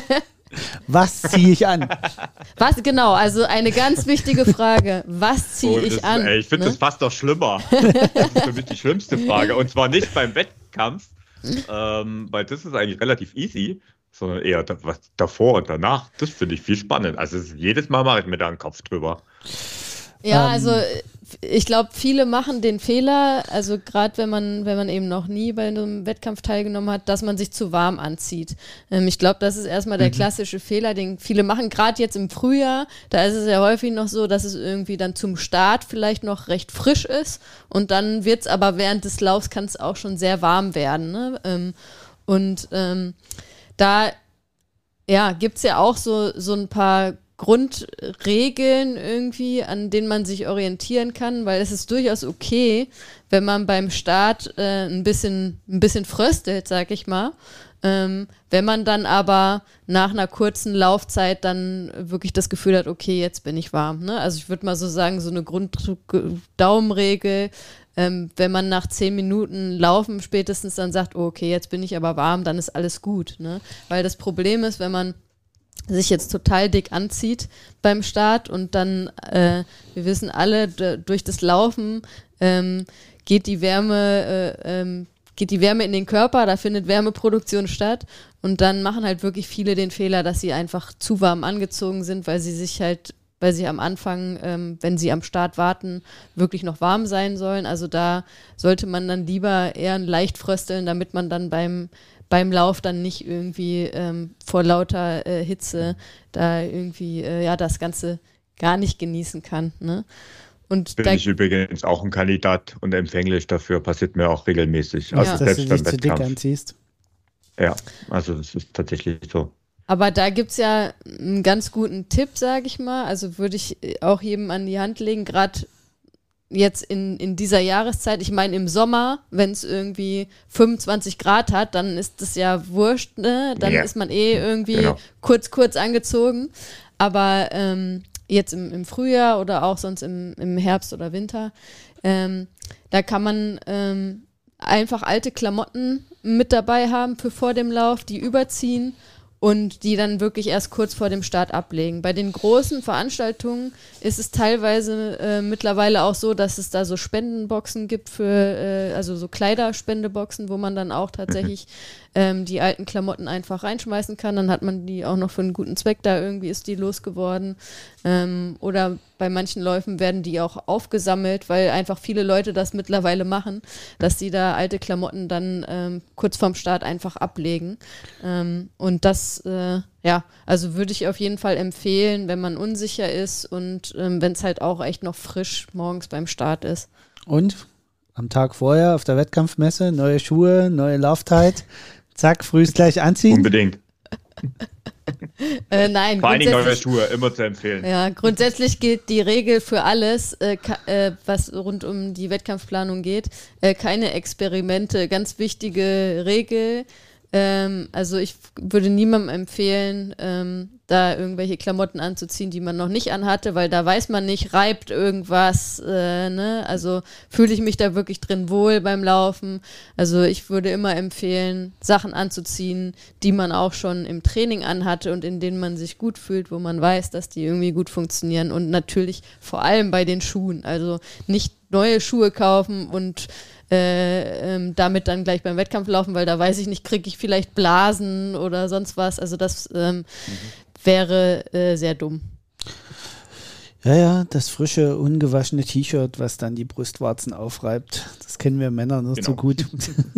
Was ziehe ich an? Was genau, also eine ganz wichtige Frage. Was ziehe oh, ich das, an? Ey, ich finde ne? das fast noch schlimmer. Das ist für mich die schlimmste Frage. Und zwar nicht beim Wettkampf, ähm, weil das ist eigentlich relativ easy, sondern eher da, was davor und danach. Das finde ich viel spannend. Also jedes Mal mache ich mir da einen Kopf drüber. Ja, ähm, also ich glaube, viele machen den Fehler, also gerade wenn man, wenn man eben noch nie bei einem Wettkampf teilgenommen hat, dass man sich zu warm anzieht. Ähm, ich glaube, das ist erstmal der klassische Fehler, den viele machen, gerade jetzt im Frühjahr, da ist es ja häufig noch so, dass es irgendwie dann zum Start vielleicht noch recht frisch ist und dann wird es aber während des Laufs kann es auch schon sehr warm werden. Ne? Ähm, und ähm, da ja, gibt es ja auch so, so ein paar Grundregeln irgendwie, an denen man sich orientieren kann, weil es ist durchaus okay, wenn man beim Start äh, ein bisschen, ein bisschen fröstelt, sag ich mal. Ähm, wenn man dann aber nach einer kurzen Laufzeit dann wirklich das Gefühl hat, okay, jetzt bin ich warm. Ne? Also ich würde mal so sagen, so eine Grund-Daumenregel, ähm, wenn man nach zehn Minuten Laufen spätestens dann sagt, oh, okay, jetzt bin ich aber warm, dann ist alles gut. Ne? Weil das Problem ist, wenn man sich jetzt total dick anzieht beim Start und dann, äh, wir wissen alle, d- durch das Laufen ähm, geht die Wärme, äh, ähm, geht die Wärme in den Körper, da findet Wärmeproduktion statt und dann machen halt wirklich viele den Fehler, dass sie einfach zu warm angezogen sind, weil sie sich halt, weil sie am Anfang, ähm, wenn sie am Start warten, wirklich noch warm sein sollen. Also da sollte man dann lieber eher leicht frösteln, damit man dann beim beim Lauf dann nicht irgendwie ähm, vor lauter äh, Hitze da irgendwie äh, ja das Ganze gar nicht genießen kann. Ne? Und Bin da, ich übrigens auch ein Kandidat und empfänglich dafür, passiert mir auch regelmäßig. Ja, Also dass selbst du beim dich zu dick Wettkampf. anziehst. Ja, also das ist tatsächlich so. aber da gibt es ja einen ganz guten Tipp, sage ich mal. Also würde ich auch jedem an die Hand legen, gerade jetzt in, in dieser Jahreszeit. Ich meine, im Sommer, wenn es irgendwie fünfundzwanzig Grad hat, dann ist das ja wurscht, ne? Dann Ja. ist man eh irgendwie Genau. kurz, kurz angezogen. Aber ähm, jetzt im, im Frühjahr oder auch sonst im, im Herbst oder Winter, ähm, da kann man ähm, einfach alte Klamotten mit dabei haben für vor dem Lauf, die überziehen und die dann wirklich erst kurz vor dem Start ablegen. Bei den großen Veranstaltungen ist es teilweise äh, mittlerweile auch so, dass es da so Spendenboxen gibt für, äh, also so Kleiderspendeboxen, wo man dann auch tatsächlich ähm, die alten Klamotten einfach reinschmeißen kann. Dann hat man die auch noch für einen guten Zweck, da irgendwie ist die losgeworden. Ähm, oder bei manchen Läufen werden die auch aufgesammelt, weil einfach viele Leute das mittlerweile machen, dass sie da alte Klamotten dann ähm, kurz vorm Start einfach ablegen. Ähm, und das, äh, ja, also würde ich auf jeden Fall empfehlen, wenn man unsicher ist und ähm, wenn es halt auch echt noch frisch morgens beim Start ist. Und am Tag vorher auf der Wettkampfmesse neue Schuhe, neue Laufzeit. Zack, frühst gleich anziehen. Unbedingt. Äh, nein, Vor allen Dingen neue grundsätzlich, Schuhe, immer zu empfehlen. ja, grundsätzlich gilt die Regel für alles, äh, ka- äh, was rund um die Wettkampfplanung geht. Äh, keine Experimente, ganz wichtige Regel. Ähm, also ich würde niemandem empfehlen, ähm, da irgendwelche Klamotten anzuziehen, die man noch nicht anhatte, weil da weiß man nicht, reibt irgendwas, äh, ne? Also fühle ich mich da wirklich drin wohl beim Laufen. Also ich würde immer empfehlen, Sachen anzuziehen, die man auch schon im Training anhatte und in denen man sich gut fühlt, wo man weiß, dass die irgendwie gut funktionieren und natürlich vor allem bei den Schuhen. Also nicht neue Schuhe kaufen und Äh, ähm, damit dann gleich beim Wettkampf laufen, weil da weiß ich nicht, kriege ich vielleicht Blasen oder sonst was. Also das ähm, mhm. wäre äh, sehr dumm. Ja, ja, das frische, ungewaschene T-Shirt, was dann die Brustwarzen aufreibt. Das kennen wir Männer nur Genau. so gut.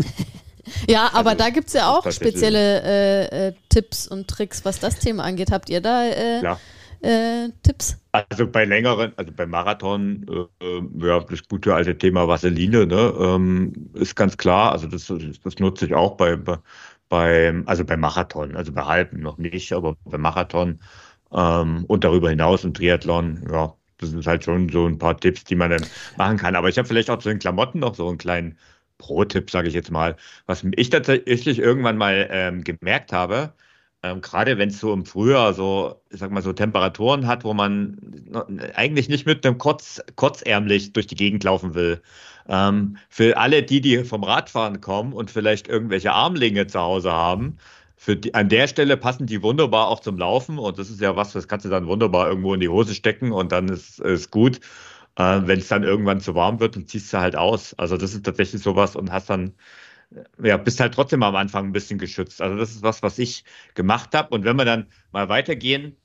Ja, aber Also, da gibt es ja auch tatsächlich- spezielle äh, äh, Tipps und Tricks, was das Thema angeht. Habt ihr da äh, Klar. äh, Tipps? Also bei längeren, also beim Marathon, äh, äh, ja, das gute alte Thema Vaseline, ne, ähm, ist ganz klar. Also das, das nutze ich auch bei, bei, beim, also beim Marathon, also bei Halben noch nicht, aber beim Marathon ähm, und darüber hinaus im Triathlon, ja, das sind halt schon so ein paar Tipps, die man dann machen kann. Aber ich habe vielleicht auch zu den Klamotten noch so einen kleinen Pro-Tipp, sage ich jetzt mal, was ich tatsächlich irgendwann mal ähm, gemerkt habe. Ähm, gerade wenn es so im Frühjahr so, ich sag mal, so Temperaturen hat, wo man noch- eigentlich nicht mit einem kurz, kurzärmlich durch die Gegend laufen will. Ähm, für alle die, die vom Radfahren kommen und vielleicht irgendwelche Armlinge zu Hause haben, für die, an der Stelle passen die wunderbar auch zum Laufen und das ist ja was, das kannst du dann wunderbar irgendwo in die Hose stecken und dann ist es gut. Äh, wenn es dann irgendwann zu warm wird, dann ziehst du halt aus. Also das ist tatsächlich sowas und hast dann ja, bist halt trotzdem am Anfang ein bisschen geschützt. Also das ist was, was ich gemacht habe. Und wenn wir dann mal weitergehen,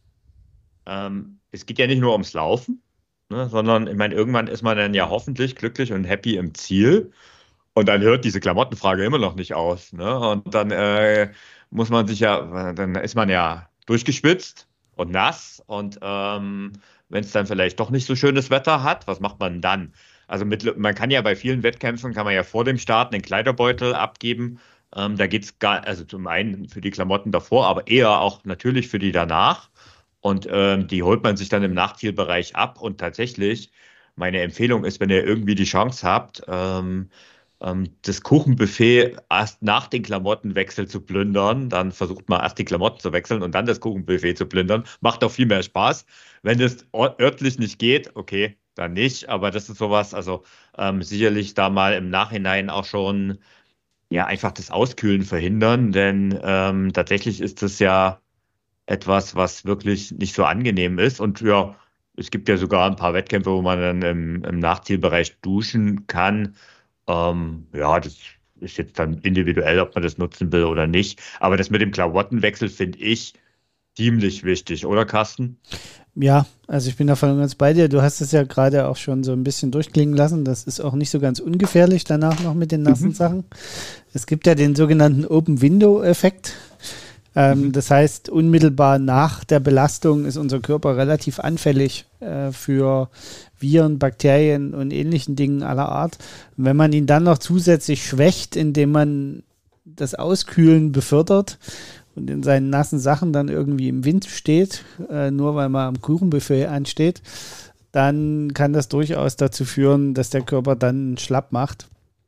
ähm, es geht ja nicht nur ums Laufen, ne, sondern ich meine, irgendwann ist man dann ja hoffentlich glücklich und happy im Ziel. Und dann hört diese Klamottenfrage immer noch nicht aus. Ne? Und dann äh, muss man sich ja, dann ist man ja durchgeschwitzt und nass. Und ähm, wenn es dann vielleicht doch nicht so schönes Wetter hat, was macht man dann? Also mit, man kann ja bei vielen Wettkämpfen, kann man ja vor dem Start einen Kleiderbeutel abgeben. Ähm, da geht es gar, also zum einen für die Klamotten davor, aber eher auch natürlich für die danach. Und ähm, die holt man sich dann im Nachzielbereich ab. Und tatsächlich, meine Empfehlung ist, wenn ihr irgendwie die Chance habt, ähm, ähm, das Kuchenbuffet erst nach den Klamottenwechsel zu plündern, dann versucht man erst die Klamotten zu wechseln und dann das Kuchenbuffet zu plündern. Macht auch viel mehr Spaß. Wenn es örtlich nicht geht, okay, dann nicht. Aber das ist sowas, also ähm, sicherlich da mal im Nachhinein auch schon ja einfach das Auskühlen verhindern, denn ähm, tatsächlich ist das ja etwas, was wirklich nicht so angenehm ist. Und ja, es gibt ja sogar ein paar Wettkämpfe, wo man dann im, im Nachzielbereich duschen kann. Ähm, ja, das ist jetzt dann individuell, ob man das nutzen will oder nicht. Aber das mit dem Klamottenwechsel finde ich ziemlich wichtig, oder Carsten? Ja, also ich bin da voll und ganz bei dir. Du hast es ja gerade auch schon so ein bisschen durchklingen lassen. Das ist auch nicht so ganz ungefährlich danach noch mit den nassen mhm. Sachen. Es gibt ja den sogenannten Open-Window-Effekt. Ähm, mhm. Das heißt, unmittelbar nach der Belastung ist unser Körper relativ anfällig äh, für Viren, Bakterien und ähnlichen Dingen aller Art. Und wenn man ihn dann noch zusätzlich schwächt, indem man das Auskühlen befördert und in seinen nassen Sachen dann irgendwie im Wind steht, äh, nur weil man am Kuchenbuffet ansteht, dann kann das durchaus dazu führen, dass der Körper dann schlapp macht.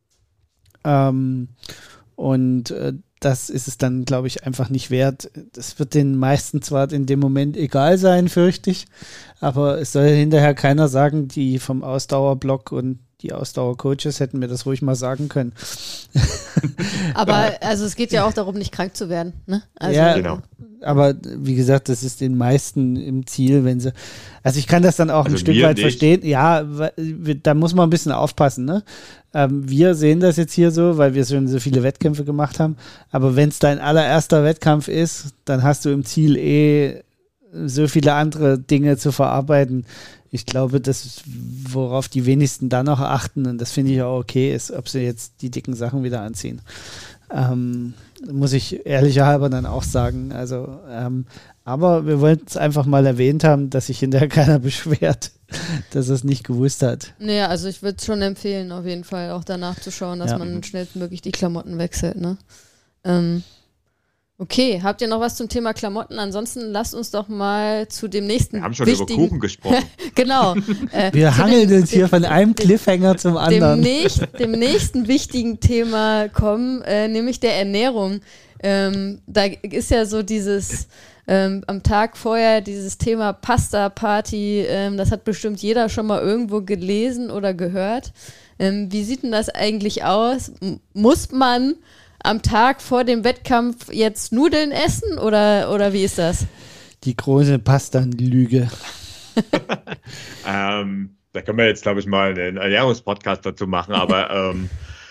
Ähm, und äh, das ist es dann, glaube ich, einfach nicht wert. Das wird den meisten zwar in dem Moment egal sein, fürchte ich, aber es soll hinterher keiner sagen, die vom Ausdauerblock und die Ausdauercoaches hätten mir das ruhig mal sagen können. Aber also es geht ja auch darum, nicht krank zu werden. Ne? Also, ja, genau. Aber wie gesagt, das ist den meisten im Ziel, wenn sie, also ich kann das dann auch also ein Stück weit nicht. verstehen. Ja, da muss man ein bisschen aufpassen. Ne? Ähm, wir sehen das jetzt hier so, weil wir schon so viele Wettkämpfe gemacht haben. Aber wenn es dein allererster Wettkampf ist, dann hast du im Ziel eh so viele andere Dinge zu verarbeiten. Ich glaube, das ist, worauf die wenigsten dann noch achten, und das finde ich auch okay, ist, ob sie jetzt die dicken Sachen wieder anziehen. Ähm, muss ich ehrlicherhalber dann auch sagen. Also, ähm, aber wir wollten es einfach mal erwähnt haben, dass sich hinterher keiner beschwert, dass er es nicht gewusst hat. Naja, also ich würde es schon empfehlen, auf jeden Fall auch danach zu schauen, dass ja. man schnellstmöglich die Klamotten wechselt. Ne? Ähm, Okay, habt ihr noch was zum Thema Klamotten? Ansonsten lasst uns doch mal zu dem nächsten. Wir haben schon wichtigen über Kuchen gesprochen. Genau. Äh, Wir hangeln dem, uns hier dem, von einem Cliffhanger zum anderen. Dem, nächst, dem nächsten wichtigen Thema kommen, äh, nämlich der Ernährung. Ähm, da ist ja so dieses ähm, am Tag vorher dieses Thema Pasta-Party. Ähm, das hat bestimmt jeder schon mal irgendwo gelesen oder gehört. Ähm, wie sieht denn das eigentlich aus? M- muss man am Tag vor dem Wettkampf jetzt Nudeln essen oder, oder wie ist das? Die große Pasta-Lüge. ähm, da können wir jetzt, glaube ich, mal einen Ernährungspodcast dazu machen, aber ähm,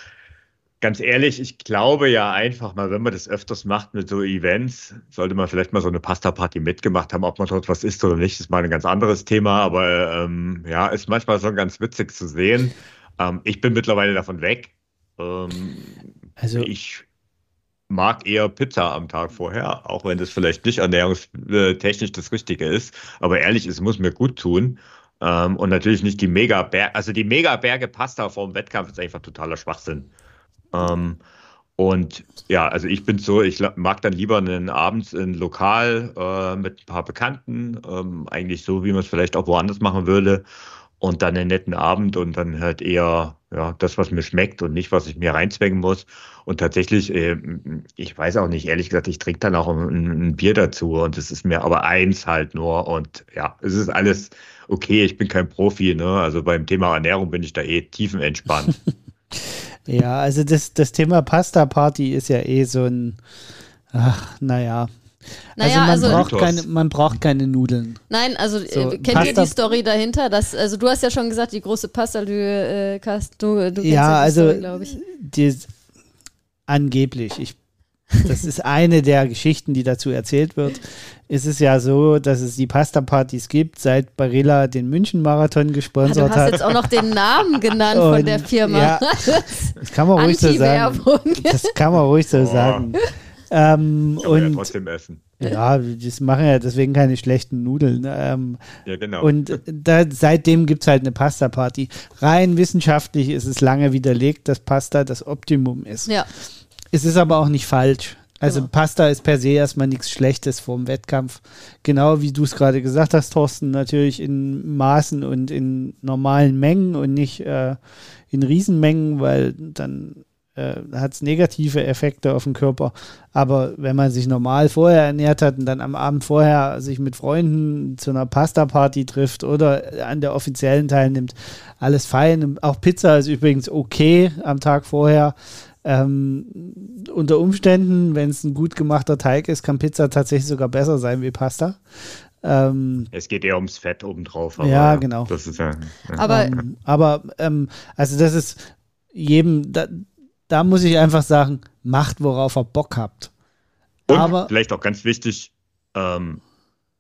ganz ehrlich, ich glaube ja einfach mal, wenn man das öfters macht mit so Events, sollte man vielleicht mal so eine Pasta-Party mitgemacht haben, ob man dort was isst oder nicht, ist mal ein ganz anderes Thema, aber ähm, ja, ist manchmal schon ganz witzig zu sehen. Ähm, ich bin mittlerweile davon weg. Ähm, also ich mag eher Pizza am Tag vorher, auch wenn das vielleicht nicht ernährungstechnisch das Richtige ist. Aber ehrlich, es muss mir gut tun. Ähm, und natürlich nicht die Mega-Berge, also die Mega-Berge Pasta vor dem Wettkampf ist einfach totaler Schwachsinn. Ähm, und ja, also ich bin so, ich mag dann lieber einen abends in Lokal äh, mit ein paar Bekannten, ähm, eigentlich so, wie man es vielleicht auch woanders machen würde. Und dann einen netten Abend und dann halt eher ja, das, was mir schmeckt und nicht, was ich mir reinzwängen muss. Und tatsächlich, äh, ich weiß auch nicht, ehrlich gesagt, ich trinke dann auch ein, ein Bier dazu und es ist mir aber eins halt nur. Und ja, es ist alles okay, ich bin kein Profi, ne? Also beim Thema Ernährung bin ich da eh tiefenentspannt. Ja, also das, das Thema Pasta-Party ist ja eh so ein, ach, naja. Also, naja, man, also braucht keine, man braucht keine Nudeln. Nein, also so, äh, kennt Pasta- ihr die Story dahinter? Dass, also du hast ja schon gesagt, die große Pasta-Lüge, äh, Kast, du, du kennst ja, ja die also Story, glaube ich. Die, angeblich, ich, das ist eine der Geschichten, die dazu erzählt wird. Es ist ja so, dass es die Pasta-Partys gibt, seit Barilla den München-Marathon gesponsert hat. Du hast hat. jetzt auch noch den Namen genannt Und, von der Firma. Ja, das kann man ruhig so sagen. Das kann man ruhig so oh. sagen. Ähm, Kann man und ja trotzdem essen. Ja, das machen ja deswegen keine schlechten Nudeln. Ähm, ja, genau. Und da, seitdem gibt es halt eine Pasta-Party. Rein wissenschaftlich ist es lange widerlegt, dass Pasta das Optimum ist. Ja. Es ist aber auch nicht falsch. Also genau. Pasta ist per se erstmal nichts Schlechtes vorm Wettkampf. Genau wie du es gerade gesagt hast, Thorsten, natürlich in Maßen und in normalen Mengen und nicht äh, in Riesenmengen, weil dann äh, hat es negative Effekte auf den Körper. Aber wenn man sich normal vorher ernährt hat und dann am Abend vorher sich mit Freunden zu einer Pasta-Party trifft oder an der offiziellen teilnimmt, alles fein. Auch Pizza ist übrigens okay am Tag vorher. Ähm, unter Umständen, wenn es ein gut gemachter Teig ist, kann Pizza tatsächlich sogar besser sein wie Pasta. Ähm, es geht eher ums Fett obendrauf. Aber ja, genau. Das ist ja, ja. Aber, ähm, aber ähm, also das ist jedem, da, da muss ich einfach sagen, macht, worauf ihr Bock habt. Und aber vielleicht auch ganz wichtig, ähm,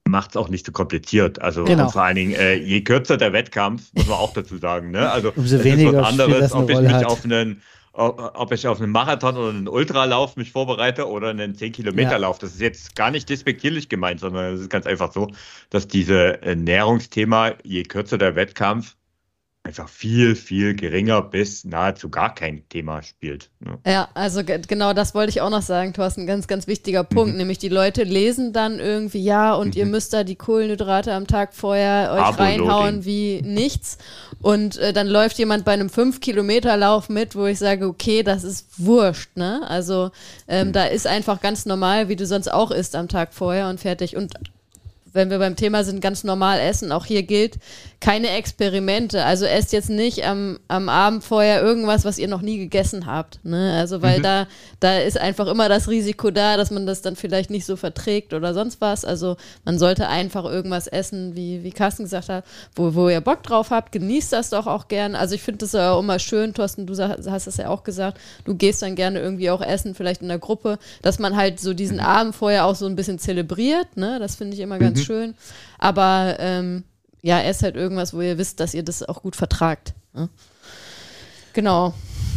macht es auch nicht so kompliziert. Also Genau. und vor allen Dingen, äh, je kürzer der Wettkampf, muss man auch dazu sagen. Ne? Also Umso es weniger ist was spielt anderes, das eine ob ich Rolle mich hat. auf einen, ob ich auf einen Marathon oder einen Ultralauf mich vorbereite oder einen zehn Kilometer Lauf. Das ist jetzt gar nicht despektierlich gemeint, sondern es ist ganz einfach so, dass diese Ernährungsthema, je kürzer der Wettkampf, einfach viel, viel geringer bis nahezu gar kein Thema spielt. Ne? Ja, also ge- genau das wollte ich auch noch sagen, Thorsten, ein ganz, ganz wichtiger Punkt, Mhm. nämlich die Leute lesen dann irgendwie, ja, und Mhm. ihr müsst da die Kohlenhydrate am Tag vorher euch Carboloading. reinhauen wie nichts und äh, dann läuft jemand bei einem fünf Kilometer Lauf mit, wo ich sage, okay, das ist wurscht, ne, also ähm, Mhm. da ist einfach ganz normal, wie du sonst auch isst am Tag vorher und fertig und wenn wir beim Thema sind, ganz normal essen. Auch hier gilt, keine Experimente. Also esst jetzt nicht am, am Abend vorher irgendwas, was ihr noch nie gegessen habt. Ne? Also weil Mhm. da, da ist einfach immer das Risiko da, dass man das dann vielleicht nicht so verträgt oder sonst was. Also man sollte einfach irgendwas essen, wie, wie Carsten gesagt hat, wo, wo ihr Bock drauf habt. Genießt das doch auch gern. Also ich finde das ja auch immer schön, Thorsten, du sag, hast es ja auch gesagt, du gehst dann gerne irgendwie auch essen, vielleicht in der Gruppe, dass man halt so diesen Mhm. Abend vorher auch so ein bisschen zelebriert. Ne? Das finde ich immer ganz Mhm. schön. Aber ähm, ja, esst halt irgendwas, wo ihr wisst, dass ihr das auch gut vertragt. Ne? Genau.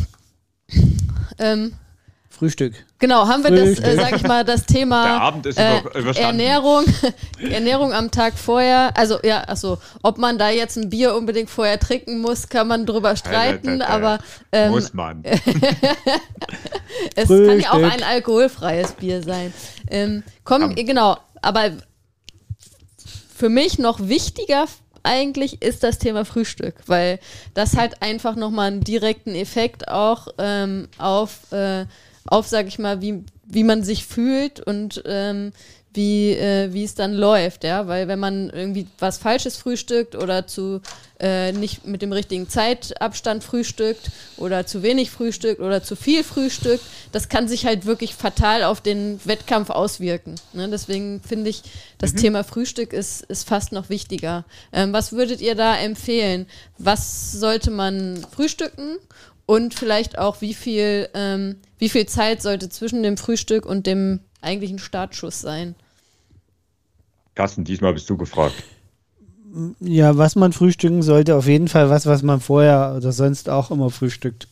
Ähm, Frühstück. genau, haben wir das, Frühstück. äh, sag ich mal, das Thema Der Abend ist äh, über, überstanden. Ernährung, Ernährung am Tag vorher. Also ja, achso, ob man da jetzt ein Bier unbedingt vorher trinken muss, kann man drüber streiten, äh, äh, aber ähm, Muss man. es kann Frühstück. ja auch ein alkoholfreies Bier sein. Ähm, komm, Am- genau, aber für mich noch wichtiger eigentlich ist das Thema Frühstück, weil das halt einfach nochmal einen direkten Effekt auch ähm, auf, äh, auf, sag ich mal, wie, wie man sich fühlt und ähm, wie, äh, wie es dann läuft, ja, weil wenn man irgendwie was Falsches frühstückt oder zu äh, nicht mit dem richtigen Zeitabstand frühstückt oder zu wenig frühstückt oder zu viel frühstückt, das kann sich halt wirklich fatal auf den Wettkampf auswirken. Ne? Deswegen finde ich, das Mhm. Thema Frühstück ist, ist fast noch wichtiger. Ähm, was würdet ihr da empfehlen? Was sollte man frühstücken? Und vielleicht auch, wie viel, ähm, wie viel Zeit sollte zwischen dem Frühstück und dem eigentlichen Startschuss sein? Carsten, diesmal bist du gefragt. Ja, was man frühstücken sollte, auf jeden Fall was, was man vorher oder sonst auch immer frühstückt.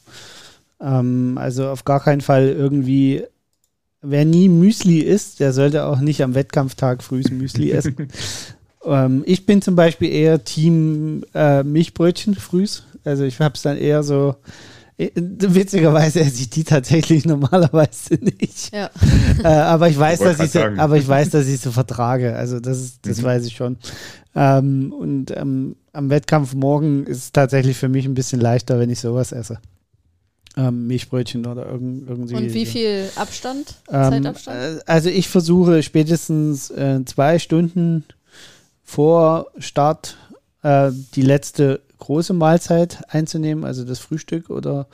Ähm, also auf gar keinen Fall irgendwie, wer nie Müsli isst, der sollte auch nicht am Wettkampftag frühs Müsli essen. ähm, ich bin zum Beispiel eher Team äh, Milchbrötchen frühs. Also ich habe es dann eher so, äh, witzigerweise esse ich die tatsächlich normalerweise nicht. Ja. äh, aber ich weiß, Ich wollte dass ich so, grad sagen. aber ich weiß, dass ich so vertrage. Also das ist, das Mhm. weiß ich schon. Ähm, und ähm, am Wettkampf morgen ist es tatsächlich für mich ein bisschen leichter, wenn ich sowas esse. Ähm, Milchbrötchen oder irgend, irgendwie. Und wie so. viel Abstand? Ähm, Zeitabstand? äh, also ich versuche spätestens äh, zwei Stunden vor Start äh, die letzte große Mahlzeit einzunehmen, also das Frühstück oder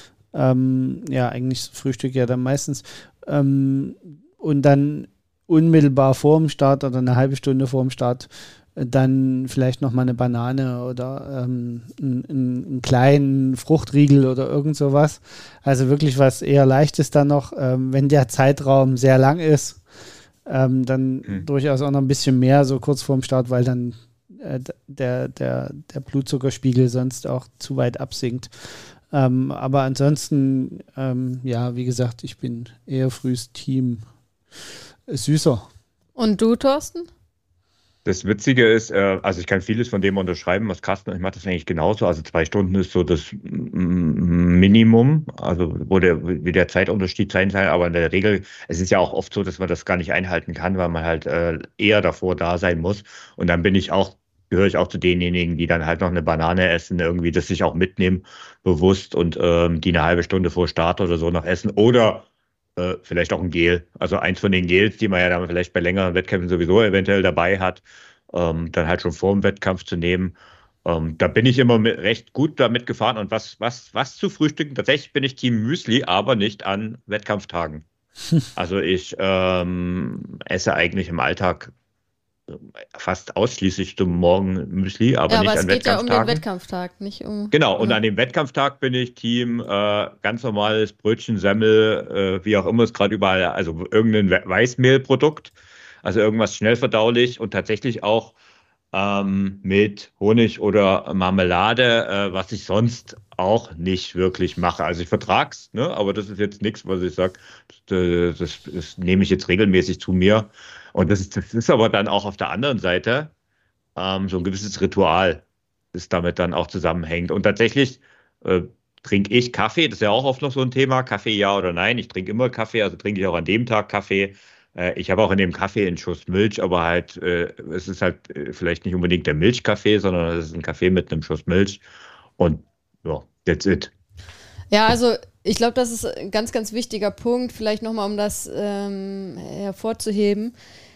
ähm, ja, eigentlich das Frühstück ja dann meistens. Ähm, und dann unmittelbar vor dem Start oder eine halbe Stunde vor dem Start äh, dann vielleicht nochmal eine Banane oder ähm, einen, einen kleinen Fruchtriegel oder irgend sowas. Also wirklich was eher Leichtes dann noch. Ähm, wenn der Zeitraum sehr lang ist, ähm, dann Hm. durchaus auch noch ein bisschen mehr, so kurz vorm Start, weil dann äh, der, der, der Blutzuckerspiegel sonst auch zu weit absinkt. Ähm, aber ansonsten, ähm, ja, wie gesagt, ich bin eher frühes Team äh, süßer. Und du, Thorsten? Das Witzige ist, äh, also ich kann vieles von dem unterschreiben, was Carsten, ich mache das eigentlich genauso. Also zwei Stunden ist so das mm, Minimum, also wo der, wie der Zeitunterschied sein soll, aber in der Regel, es ist ja auch oft so, dass man das gar nicht einhalten kann, weil man halt äh, eher davor da sein muss. Und dann bin ich auch, gehöre ich auch zu denjenigen, die dann halt noch eine Banane essen, irgendwie das sich auch mitnehmen, bewusst und ähm, die eine halbe Stunde vor Start oder so noch essen. Oder äh, vielleicht auch ein Gel. Also eins von den Gels, die man ja dann vielleicht bei längeren Wettkämpfen sowieso eventuell dabei hat, ähm, dann halt schon vor dem Wettkampf zu nehmen. Ähm, da bin ich immer mit, recht gut damit gefahren. Und was, was, was zu frühstücken? Tatsächlich bin ich Team Müsli, aber nicht an Wettkampftagen. Also ich ähm, esse eigentlich im Alltag fast ausschließlich zum Morgen Müsli, aber ja, nicht aber es an geht ja um den Wettkampftagen. Wettkampftag, nicht um. Genau, und Ja. an dem Wettkampftag bin ich Team äh, ganz normales Brötchen, Semmel, äh, wie auch immer es gerade überall, also irgendein We- Weißmehlprodukt. Also irgendwas schnell verdaulich und tatsächlich auch ähm, mit Honig oder Marmelade, äh, was ich sonst auch nicht wirklich mache. Also ich vertrag's, ne? Aber das ist jetzt nichts, was ich sage, das, das, das nehme ich jetzt regelmäßig zu mir. Und das ist, das ist aber dann auch auf der anderen Seite ähm, so ein gewisses Ritual, das damit dann auch zusammenhängt. Und tatsächlich äh, trinke ich Kaffee, das ist ja auch oft noch so ein Thema, Kaffee ja oder nein. Ich trinke immer Kaffee, also trinke ich auch an dem Tag Kaffee. Äh, ich habe auch in dem Kaffee einen Schuss Milch, aber halt, äh, es ist halt äh, vielleicht nicht unbedingt der Milchkaffee, sondern es ist ein Kaffee mit einem Schuss Milch. Und ja, that's it. Ja, also ich glaube, das ist ein ganz, ganz wichtiger Punkt, vielleicht nochmal, um das ähm, hervorzuheben.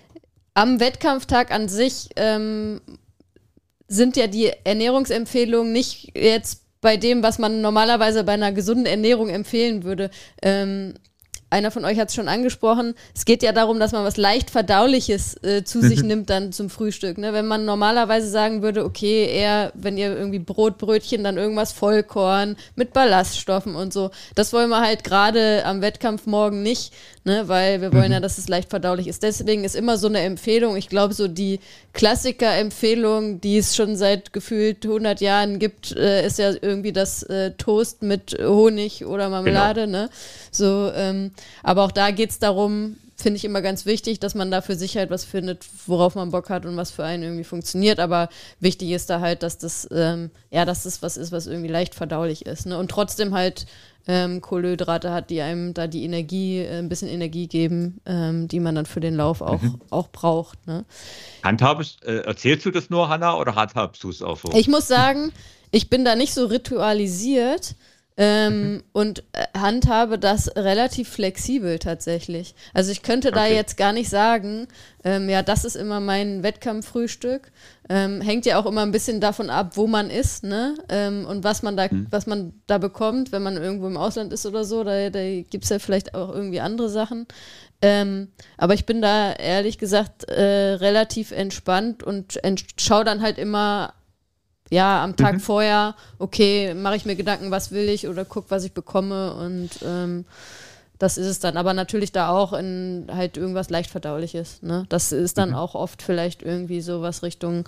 Am Wettkampftag an sich ähm, sind ja die Ernährungsempfehlungen nicht jetzt bei dem, was man normalerweise bei einer gesunden Ernährung empfehlen würde. Ähm, einer von euch hat es schon angesprochen, es geht ja darum, dass man was leicht Verdauliches äh, zu sich nimmt dann zum Frühstück. Ne? Wenn man normalerweise sagen würde, okay, eher, wenn ihr irgendwie Brot, Brötchen, dann irgendwas Vollkorn mit Ballaststoffen und so. Das wollen wir halt gerade am Wettkampf morgen nicht, ne? Weil wir wollen mhm. ja, dass es leicht verdaulich ist. Deswegen ist immer so eine Empfehlung, ich glaube so die Klassiker-Empfehlung, die es schon seit gefühlt hundert Jahren gibt, äh, ist ja irgendwie das äh, Toast mit Honig oder Marmelade, genau. ne? So, ähm, aber auch da geht es darum, finde ich immer ganz wichtig, dass man da für sich halt was findet, worauf man Bock hat und was für einen irgendwie funktioniert. Aber wichtig ist da halt, dass das, ähm, ja, dass das was ist, was irgendwie leicht verdaulich ist, ne? Und trotzdem halt ähm, Kohlenhydrate hat, die einem da die Energie, äh, ein bisschen Energie geben, ähm, die man dann für den Lauf auch, mhm. auch braucht, ne? Handhabst, äh, erzählst du das nur, Hanna, oder handhabst du es auch so? Ich muss sagen, ich bin da nicht so ritualisiert. Ähm, mhm. und äh, handhabe das relativ flexibel tatsächlich. Also ich könnte da okay. jetzt gar nicht sagen, ähm, ja, das ist immer mein Wettkampffrühstück. Ähm, hängt ja auch immer ein bisschen davon ab, wo man ist, ne? Ähm, und was man da, mhm. was man da bekommt, wenn man irgendwo im Ausland ist oder so. Da, da gibt es ja vielleicht auch irgendwie andere Sachen. Ähm, aber ich bin da ehrlich gesagt äh, relativ entspannt und ent- schaue dann halt immer ja, am Tag mhm. vorher, okay, mache ich mir Gedanken, was will ich oder guck, was ich bekomme und ähm, das ist es dann. Aber natürlich da auch in halt irgendwas leicht Verdauliches, ne? Das ist dann mhm. auch oft vielleicht irgendwie sowas Richtung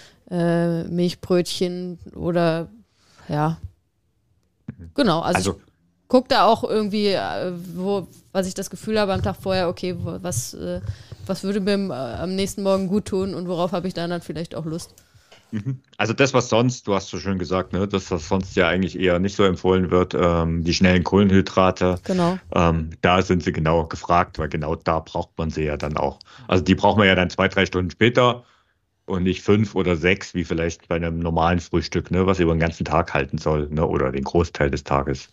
äh, Milchbrötchen oder ja, mhm. genau, also, also ich guck da auch irgendwie, äh, wo, was ich das Gefühl habe am Tag vorher, okay, wo, was, äh, was würde mir äh, am nächsten Morgen gut tun und worauf habe ich dann dann vielleicht auch Lust. Also das, was sonst, du hast so schön gesagt, ne, das, was sonst ja eigentlich eher nicht so empfohlen wird, ähm, die schnellen Kohlenhydrate, genau. ähm, da sind sie genau gefragt, weil genau da braucht man sie ja dann auch. Also die braucht man ja dann zwei, drei Stunden später und nicht fünf oder sechs, wie vielleicht bei einem normalen Frühstück, ne, was über den ganzen Tag halten soll, ne, oder den Großteil des Tages.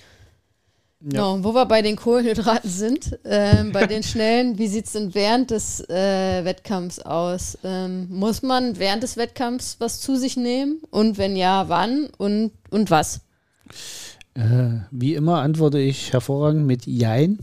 Ja. No, wo wir bei den Kohlenhydraten sind, ähm, bei den schnellen, wie sieht es denn während des äh, Wettkampfs aus? Ähm, muss man während des Wettkampfs was zu sich nehmen? Und wenn ja, wann und, und was? Äh, wie immer antworte ich hervorragend mit Jein.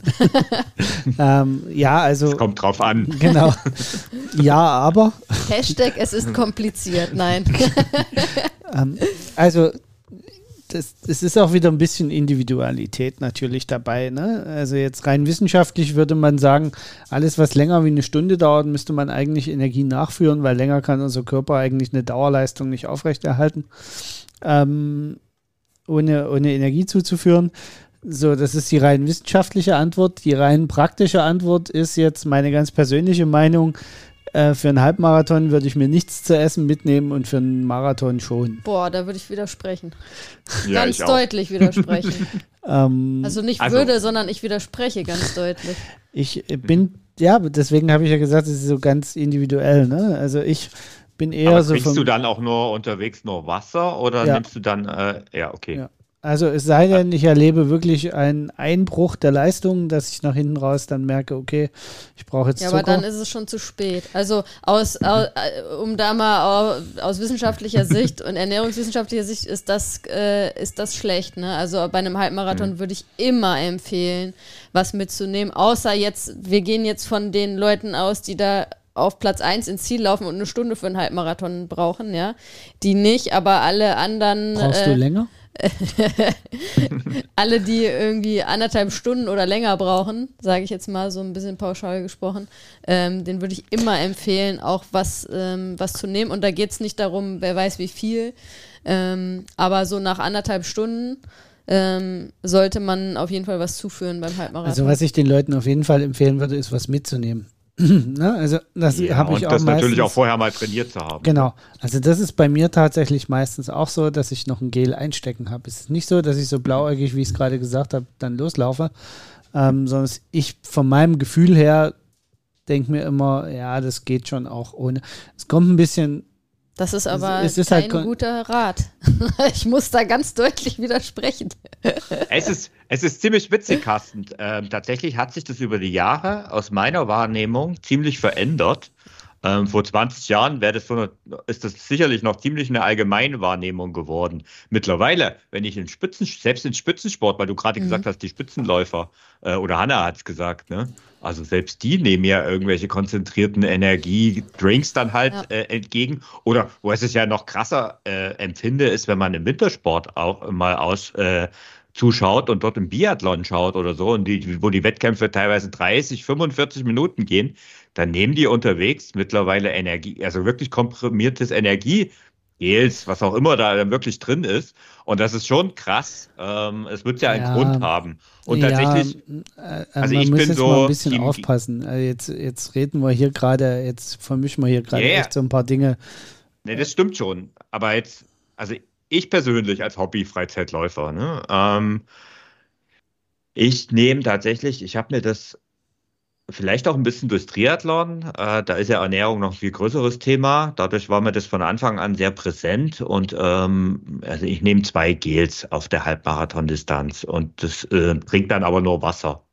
ähm, ja, also. Es kommt drauf an. Genau. Ja, aber. Hashtag, es ist kompliziert. Nein. ähm, also. Das, das ist auch wieder ein bisschen Individualität natürlich dabei, ne? Also jetzt rein wissenschaftlich würde man sagen, alles, was länger wie eine Stunde dauert, müsste man eigentlich Energie nachführen, weil länger kann unser Körper eigentlich eine Dauerleistung nicht aufrechterhalten, ähm, ohne, ohne Energie zuzuführen. So, das ist die rein wissenschaftliche Antwort. Die rein praktische Antwort ist jetzt meine ganz persönliche Meinung. Äh, für einen Halbmarathon würde ich mir nichts zu essen mitnehmen und für einen Marathon schon. Boah, da würde ich widersprechen. Ja, ganz deutlich widersprechen. ähm, also nicht also, würde, sondern ich widerspreche ganz deutlich. Ich bin, ja, deswegen habe ich ja gesagt, es ist so ganz individuell, ne? Also ich bin eher aber so. Trinkst vom, du dann auch nur unterwegs nur Wasser oder ja. nimmst du dann, äh, ja, okay. Ja. Also es sei denn, ich erlebe wirklich einen Einbruch der Leistung, dass ich nach hinten raus dann merke, okay, ich brauche jetzt ja, Zucker. Ja, aber dann ist es schon zu spät. Also aus, aus um da mal aus wissenschaftlicher Sicht und ernährungswissenschaftlicher Sicht ist das, äh, ist das schlecht, ne? Also bei einem Halbmarathon mhm. würde ich immer empfehlen, was mitzunehmen, außer jetzt, wir gehen jetzt von den Leuten aus, die da auf Platz eins ins Ziel laufen und eine Stunde für einen Halbmarathon brauchen, ja, die nicht, aber alle anderen. Brauchst äh, du länger? alle, die irgendwie anderthalb Stunden oder länger brauchen, sage ich jetzt mal so ein bisschen pauschal gesprochen, ähm, den würde ich immer empfehlen, auch was, ähm, was zu nehmen. Und da geht es nicht darum, wer weiß wie viel, ähm, aber so nach anderthalb Stunden ähm, sollte man auf jeden Fall was zuführen beim Halbmarathon. Also was ich den Leuten auf jeden Fall empfehlen würde, ist was mitzunehmen. Ne? Also das ja, habe ich und auch das meistens, natürlich auch vorher mal trainiert zu haben. Genau, also das ist bei mir tatsächlich meistens auch so, dass ich noch ein Gel einstecken habe. Es ist nicht so, dass ich so blauäugig, wie ich es gerade gesagt habe, dann loslaufe, ähm, sondern ich von meinem Gefühl her denke mir immer, ja, das geht schon auch ohne. Es kommt ein bisschen. Das ist aber es ist kein halt guter Rat. Ich muss da ganz deutlich widersprechen. Es ist, es ist ziemlich witzig, Carsten. Ähm, tatsächlich hat sich das über die Jahre aus meiner Wahrnehmung ziemlich verändert. Ähm, vor zwanzig Jahren wäre das so eine, ist das sicherlich noch ziemlich eine allgemeine Wahrnehmung geworden. Mittlerweile, wenn ich in Spitzen, selbst in Spitzensport, weil du gerade mhm. gesagt hast, die Spitzenläufer, äh, oder Hanna hat es gesagt, ne? Also selbst die nehmen ja irgendwelche konzentrierten Energiedrinks dann halt ja. äh, entgegen. Oder wo es sich ja noch krasser äh, empfinde, ist, wenn man im Wintersport auch mal aus äh, zuschaut und dort im Biathlon schaut oder so, und die, wo die Wettkämpfe teilweise dreißig, fünfundvierzig Minuten gehen, dann nehmen die unterwegs mittlerweile Energie, also wirklich komprimiertes Energiegels, was auch immer da wirklich drin ist. Und das ist schon krass. Ähm, es wird ja einen ja, Grund haben. Und ja, tatsächlich, äh, also ich man muss bin jetzt so mal ein bisschen Team aufpassen. Also jetzt, jetzt reden wir hier gerade, jetzt vermischen wir hier gerade yeah. echt so ein paar Dinge. Ne, das stimmt schon. Aber jetzt, also ich persönlich als Hobby-Freizeitläufer, ne, ähm, ich nehme tatsächlich, ich habe mir das vielleicht auch ein bisschen durch Triathlon, äh, da ist ja Ernährung noch ein viel größeres Thema, dadurch war mir das von Anfang an sehr präsent und ähm, also ich nehme zwei Gels auf der Halbmarathon-Distanz und das äh, trinkt dann aber nur Wasser.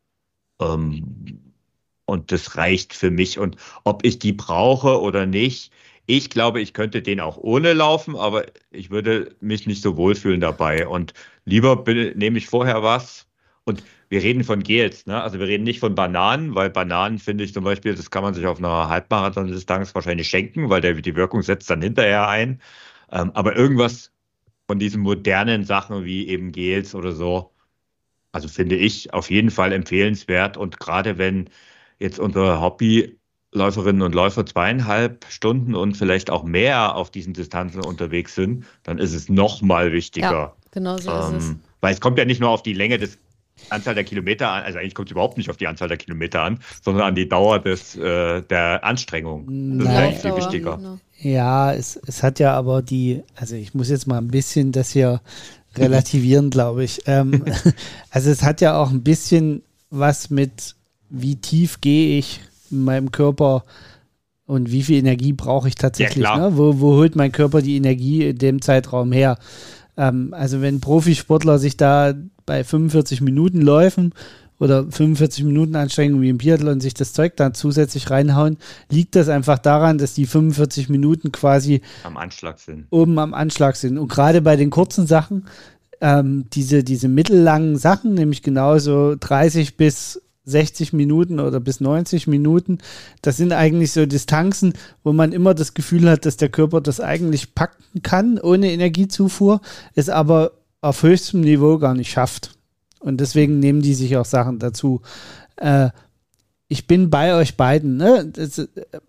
Ähm, und das reicht für mich, und ob ich die brauche oder nicht, ich glaube, ich könnte den auch ohne laufen, aber ich würde mich nicht so wohlfühlen dabei. Und lieber bin, nehme ich vorher was. Und wir reden von Gels, ne? Also wir reden nicht von Bananen, weil Bananen, finde ich zum Beispiel, das kann man sich auf einer Halbmarathon-Distanz wahrscheinlich schenken, weil der, die Wirkung setzt dann hinterher ein. Ähm, aber irgendwas von diesen modernen Sachen wie eben Gels oder so, also finde ich auf jeden Fall empfehlenswert. Und gerade wenn jetzt unsere Hobbyläuferinnen und Läufer zweieinhalb Stunden und vielleicht auch mehr auf diesen Distanzen unterwegs sind, dann ist es noch mal wichtiger. Ja, genau so ähm, ist es. Weil es kommt ja nicht nur auf die Länge des Anzahl der Kilometer an, also eigentlich kommt es überhaupt nicht auf die Anzahl der Kilometer an, sondern an die Dauer des, äh, der Anstrengung. Das Nein. ist eigentlich viel wichtiger. Genau. Ja, es, es hat ja aber die, also ich muss jetzt mal ein bisschen das hier relativieren, glaube ich. Ähm, also es hat ja auch ein bisschen was mit, wie tief gehe ich in meinem Körper und wie viel Energie brauche ich tatsächlich. Ja, ne? wo, wo holt mein Körper die Energie in dem Zeitraum her? Ähm, also wenn Profisportler sich da bei fünfundvierzig Minuten Läufen oder fünfundvierzig Minuten Anstrengung wie im Biathlon sich das Zeug da zusätzlich reinhauen, liegt das einfach daran, dass die fünfundvierzig Minuten quasi am Anschlag sind. oben am Anschlag sind. Und gerade bei den kurzen Sachen, ähm, diese, diese mittellangen Sachen, nämlich genauso dreißig bis sechzig Minuten oder bis neunzig Minuten, das sind eigentlich so Distanzen, wo man immer das Gefühl hat, dass der Körper das eigentlich packen kann, ohne Energiezufuhr, es aber auf höchstem Niveau gar nicht schafft. Und deswegen nehmen die sich auch Sachen dazu. Äh, ich bin bei euch beiden. Ne? Das,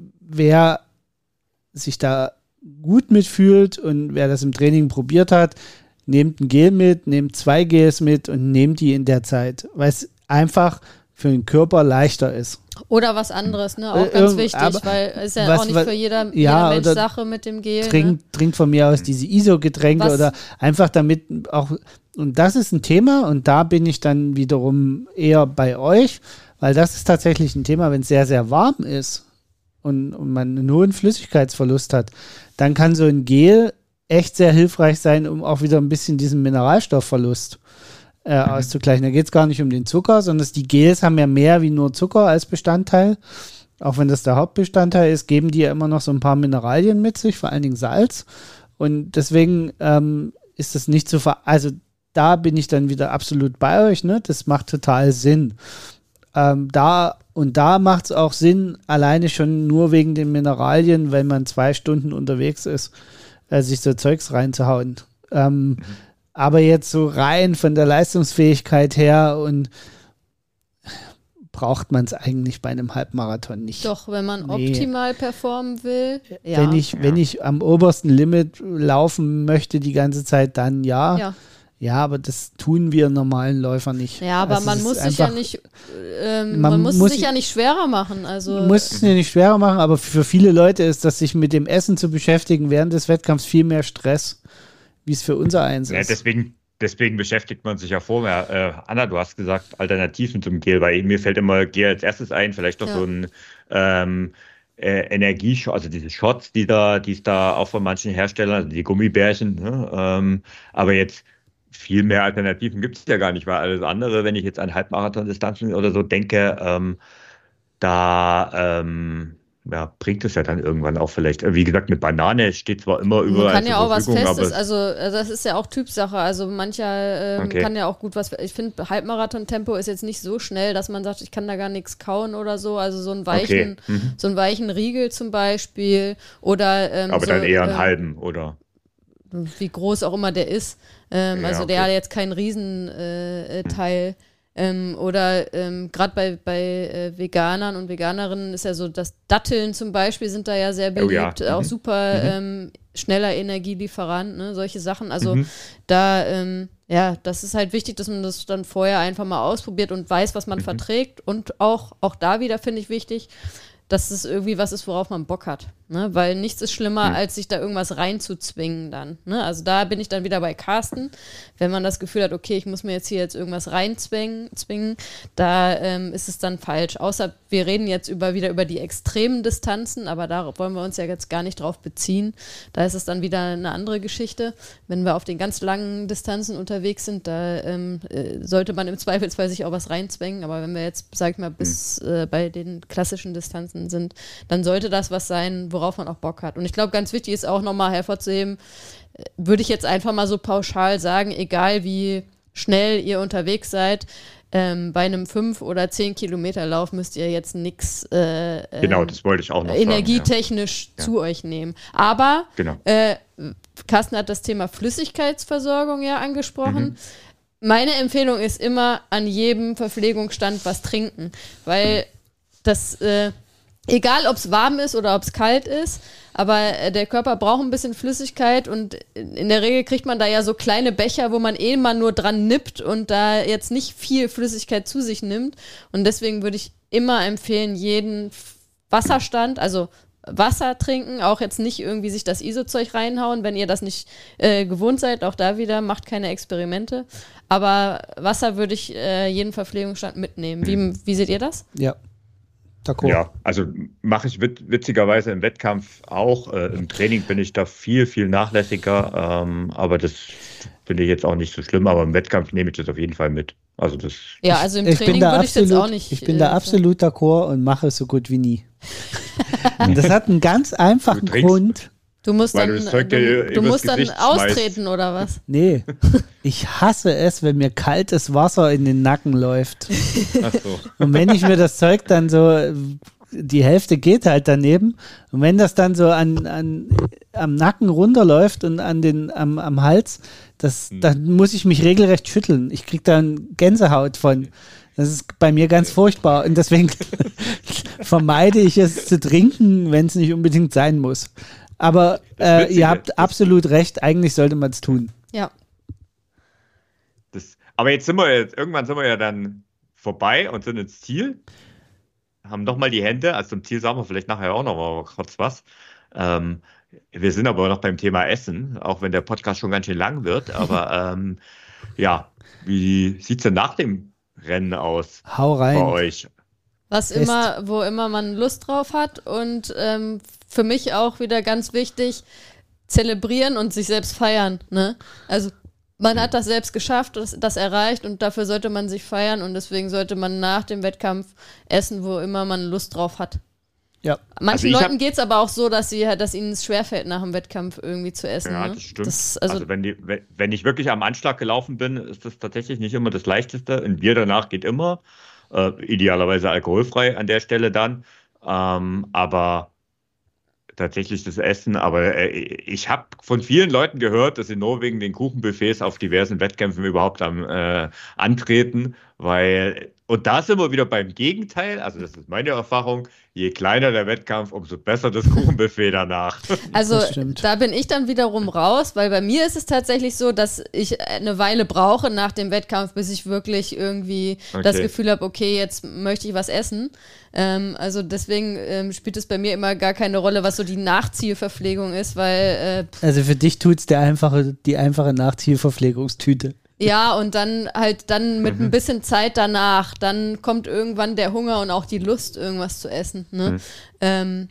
wer sich da gut mitfühlt und wer das im Training probiert hat, nehmt ein Gel mit, nehmt zwei Gels mit und nehmt die in der Zeit, weil es einfach für den Körper leichter ist. Oder was anderes, ne? Auch ganz wichtig, aber weil es ist ja was, auch nicht für jeder, ja, jeder Mensch Sache mit dem Gel. Trink, ne? Trinkt von mir aus diese I S O-Getränke oder einfach damit auch, und das ist ein Thema und da bin ich dann wiederum eher bei euch, weil das ist tatsächlich ein Thema, wenn es sehr, sehr warm ist und, und man einen hohen Flüssigkeitsverlust hat, dann kann so ein Gel echt sehr hilfreich sein, um auch wieder ein bisschen diesen Mineralstoffverlust Äh, auszugleichen. Da geht es gar nicht um den Zucker, sondern die Gels haben ja mehr wie nur Zucker als Bestandteil. Auch wenn das der Hauptbestandteil ist, geben die ja immer noch so ein paar Mineralien mit sich, vor allen Dingen Salz. Und deswegen ähm, ist das nicht so ver... Also da bin ich dann wieder absolut bei euch, ne? Das macht total Sinn. Ähm, da und da macht es auch Sinn, alleine schon nur wegen den Mineralien, wenn man zwei Stunden unterwegs ist, äh, sich so Zeugs reinzuhauen. Ähm, mhm. Aber jetzt so rein von der Leistungsfähigkeit her und braucht man es eigentlich bei einem Halbmarathon nicht. Doch, wenn man Nee. optimal performen will, ja. Wenn ich, wenn Ja. ich am obersten Limit laufen möchte die ganze Zeit, dann ja. ja. Ja, aber das tun wir normalen Läufer nicht. Ja, aber Also man es muss ist sich ja einfach- nicht, ähm, Man man, muss, muss- sich ja nicht schwerer machen. Also Du musst es dir nicht schwerer machen, aber für viele Leute ist das, sich mit dem Essen zu beschäftigen während des Wettkampfs, viel mehr Stress, wie es für unser eins Ja, ist. deswegen, deswegen beschäftigt man sich ja vorher. Äh, Anna, du hast gesagt, Alternativen zum Gel, weil mir fällt immer Gel als erstes ein, vielleicht noch Ja. so ein ähm, äh, Energieshot, also diese Shots, die da, die es da auch von manchen Herstellern, also die Gummibärchen, ne? ähm, aber jetzt viel mehr Alternativen gibt es ja gar nicht, weil alles andere, wenn ich jetzt an Halbmarathon-Distanzen oder so denke, ähm, da ähm, ja, bringt es ja dann irgendwann auch vielleicht. Äh, Wie gesagt, mit Banane steht zwar immer man überall kann ja zur auch was Verfügung, Festes, aber also äh, das ist ja auch Typsache. Also mancher ähm, Okay. kann ja auch gut was. Ich finde, Halbmarathon-Tempo ist jetzt nicht so schnell, dass man sagt, ich kann da gar nichts kauen oder so. Also so einen weichen, okay. Mhm. so einen weichen Riegel zum Beispiel oder ähm, Aber so, dann eher einen ähm, halben, oder? wie groß auch immer der ist. Ähm, Ja, also okay. der hat jetzt kein Riesenteil. Äh, Teil. ähm, oder ähm, gerade bei, bei äh, Veganern und Veganerinnen ist ja so, dass Datteln zum Beispiel sind da ja sehr Oh ja, beliebt. Auch mhm. super Mhm. ähm, schneller Energielieferant, ne? Solche Sachen. Also Mhm. da, ähm, ja, das ist halt wichtig, dass man das dann vorher einfach mal ausprobiert und weiß, was man Mhm. verträgt. Und auch, auch da wieder finde ich wichtig, dass es irgendwie was ist, worauf man Bock hat. Ne? Weil nichts ist schlimmer, Mhm. als sich da irgendwas reinzuzwingen dann. Ne? Also da bin ich dann wieder bei Carsten. Wenn man das Gefühl hat, okay, ich muss mir jetzt hier jetzt irgendwas reinzwingen, zwingen, da ähm, ist es dann falsch. Außer wir reden jetzt über, wieder über die extremen Distanzen, aber da wollen wir uns ja jetzt gar nicht drauf beziehen. Da ist es dann wieder eine andere Geschichte. Wenn wir auf den ganz langen Distanzen unterwegs sind, da ähm, äh, sollte man im Zweifelsfall sich auch was reinzwängen. Aber wenn wir jetzt, sag ich mal, bis äh, bei den klassischen Distanzen sind, dann sollte das was sein, worauf man auch Bock hat. Und ich glaube, ganz wichtig ist auch nochmal hervorzuheben, äh, würde ich jetzt einfach mal so pauschal sagen, egal wie schnell ihr unterwegs seid, ähm, bei einem fünf oder zehn Kilometer Lauf müsst ihr jetzt nichts äh, Genau, ähm, das wollte ich auch noch energietechnisch Ja. zu euch nehmen. Aber sagen. Genau. äh, Carsten hat das Thema Flüssigkeitsversorgung ja angesprochen. Meine Empfehlung ist immer, an jedem Verpflegungsstand was trinken, weil das, äh, egal ob es warm ist oder ob es kalt ist, aber äh, der Körper braucht ein bisschen Flüssigkeit und in in der Regel kriegt man da ja so kleine Becher, wo man eh mal nur dran nippt und da jetzt nicht viel Flüssigkeit zu sich nimmt. Und deswegen würde ich immer empfehlen, jeden F- Wasserstand, also Wasser trinken, auch jetzt nicht irgendwie sich das I S O-Zeug reinhauen, wenn ihr das nicht äh, gewohnt seid, auch da wieder, macht keine Experimente. Aber Wasser würde ich äh, jeden Verpflegungsstand mitnehmen. Wie, wie seht ihr das? Ja, d'accord. Ja, also mache ich wit witzigerweise im Wettkampf auch. Äh, Im Training bin ich da viel, viel nachlässiger, ähm, aber das finde ich jetzt auch nicht so schlimm. Aber im Wettkampf nehme ich das auf jeden Fall mit. Also das. Ja, also im Ich bin Training da würde ich jetzt absolut, auch nicht. ich bin da äh, absolut d'accord und mache es so gut wie nie. Und das hat einen ganz einfachen Du trinkst- Grund. Du musst Weil dann, du das Zeug du, dir du übers musst dann Gesicht schmeißt. austreten oder was? Nee, ich hasse es, wenn mir kaltes Wasser in den Nacken läuft. Ach so. Und wenn ich mir das Zeug dann so, die Hälfte geht halt daneben. Und wenn das dann so an, an, am Nacken runterläuft und an den, am, am Hals, das, dann muss ich mich regelrecht schütteln. Ich kriege dann Gänsehaut von. Das ist bei mir ganz furchtbar. Und deswegen vermeide ich es zu trinken, wenn es nicht unbedingt sein muss. Aber Das äh, Witzige, ihr habt das- absolut recht, eigentlich sollte man es tun. Ja. Das, aber jetzt sind wir jetzt, irgendwann sind wir ja dann vorbei und sind ins Ziel. Haben nochmal die Hände, also zum Ziel sagen wir vielleicht nachher auch noch mal kurz was. Ähm, wir sind aber noch beim Thema Essen, auch wenn der Podcast schon ganz schön lang wird. Aber ähm, ja, wie sieht es denn nach dem Rennen aus Hau bei rein. euch? Was Fest. immer, wo immer man Lust drauf hat. Und ähm, für mich auch wieder ganz wichtig, zelebrieren und sich selbst feiern. Ne? Also man hat das selbst geschafft, das, das erreicht und dafür sollte man sich feiern und deswegen sollte man nach dem Wettkampf essen, wo immer man Lust drauf hat. Ja. Manchen Also ich hab- Leuten geht es aber auch so, dass, sie, dass ihnen es schwerfällt, nach dem Wettkampf irgendwie zu essen. Ja, ne? das stimmt. Das, also also, wenn, die, wenn, wenn ich wirklich am Anschlag gelaufen bin, ist das tatsächlich nicht immer das Leichteste. Ein Bier danach geht immer. Äh, idealerweise alkoholfrei an der Stelle dann. Ähm, aber tatsächlich das Essen, aber äh, ich habe von vielen Leuten gehört, dass in Norwegen den Kuchenbuffets auf diversen Wettkämpfen überhaupt am äh, antreten, weil, und da sind wir wieder beim Gegenteil, also das ist meine Erfahrung, je kleiner der Wettkampf, umso besser das Kuchenbuffet danach. Also da bin ich dann wiederum raus, weil bei mir ist es tatsächlich so, dass ich eine Weile brauche nach dem Wettkampf, bis ich wirklich irgendwie okay. das Gefühl habe, okay, jetzt möchte ich was essen. Ähm, also deswegen ähm, spielt es bei mir immer gar keine Rolle, was so die Nachziehverpflegung ist, weil äh, also für dich tut's der einfache, die einfache Nachziehverpflegungstüte. Ja, und dann halt dann mit mhm. ein bisschen Zeit danach, dann kommt irgendwann der Hunger und auch die Lust, irgendwas zu essen. Ne? Mhm. Ähm,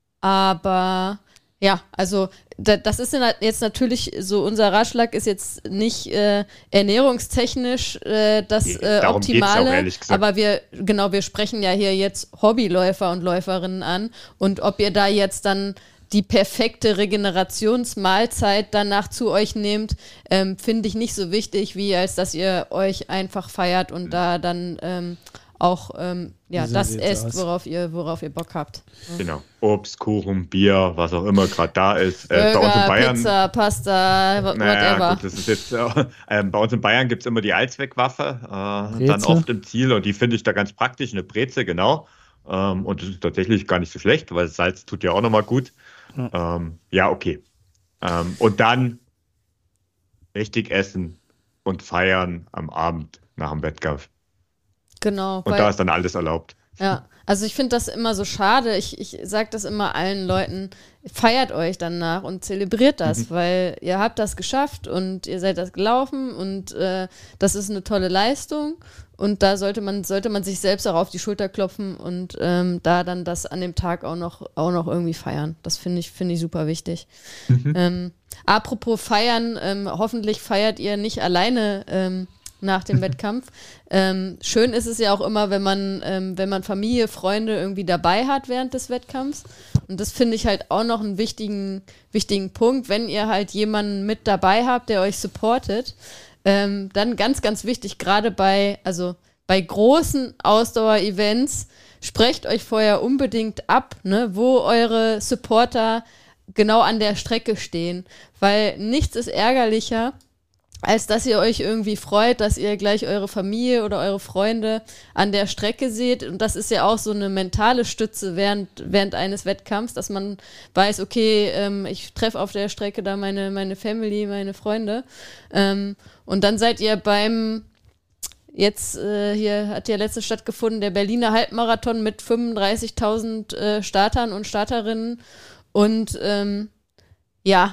aber ja, also da, das ist jetzt natürlich so, unser Ratschlag ist jetzt nicht äh, ernährungstechnisch äh, das äh, Optimale, auch, aber wir, genau, wir sprechen ja hier jetzt Hobbyläufer und Läuferinnen an, und ob ihr da jetzt dann die perfekte Regenerationsmahlzeit danach zu euch nehmt, ähm, finde ich nicht so wichtig, wie als dass ihr euch einfach feiert und da dann ähm, auch ähm, ja, so das esst, worauf ihr, worauf ihr Bock habt. Genau. Obst, Kuchen, Bier, was auch immer gerade da ist. Äh, Burger, bei uns in Bayern, Pizza, Pasta, whatever. Naja, gut, das ist jetzt, äh, bei uns in Bayern gibt es immer die Allzweckwaffe, äh, dann oft im Ziel, und die finde ich da ganz praktisch, eine Breze, genau. Ähm, und das ist tatsächlich gar nicht so schlecht, weil Salz tut ja auch nochmal gut. Ja, ähm, ja okay. Ähm, und dann richtig essen und feiern am Abend nach dem Wettkampf. Genau. Und weil, da ist dann alles erlaubt. Ja, also ich finde das immer so schade. Ich, ich sage das immer allen Leuten, feiert euch danach und zelebriert das, mhm. weil ihr habt das geschafft und ihr seid das gelaufen, und äh, das ist eine tolle Leistung. Und da sollte man, sollte man sich selbst auch auf die Schulter klopfen und ähm, da dann das an dem Tag auch noch, auch noch irgendwie feiern. Das finde ich, finde ich super wichtig. Mhm. Ähm, apropos feiern, ähm, hoffentlich feiert ihr nicht alleine ähm, nach dem Wettkampf. Ähm, schön ist es ja auch immer, wenn man, ähm, wenn man Familie, Freunde irgendwie dabei hat während des Wettkampfs. Und das finde ich halt auch noch einen wichtigen, wichtigen Punkt, wenn ihr halt jemanden mit dabei habt, der euch supportet. Ähm, dann ganz, ganz wichtig, gerade bei, also bei großen Ausdauer-Events, sprecht euch vorher unbedingt ab, ne, wo eure Supporter genau an der Strecke stehen, weil nichts ist ärgerlicher, als dass ihr euch irgendwie freut, dass ihr gleich eure Familie oder eure Freunde an der Strecke seht. Und das ist ja auch so eine mentale Stütze während, während eines Wettkampfs, dass man weiß, okay, ähm, ich treffe auf der Strecke da meine, meine Family, meine Freunde. Ähm, und dann seid ihr beim, jetzt äh, hier hat ja letztens stattgefunden, der Berliner Halbmarathon mit fünfunddreißigtausend äh, Startern und Starterinnen. Und ähm, ja,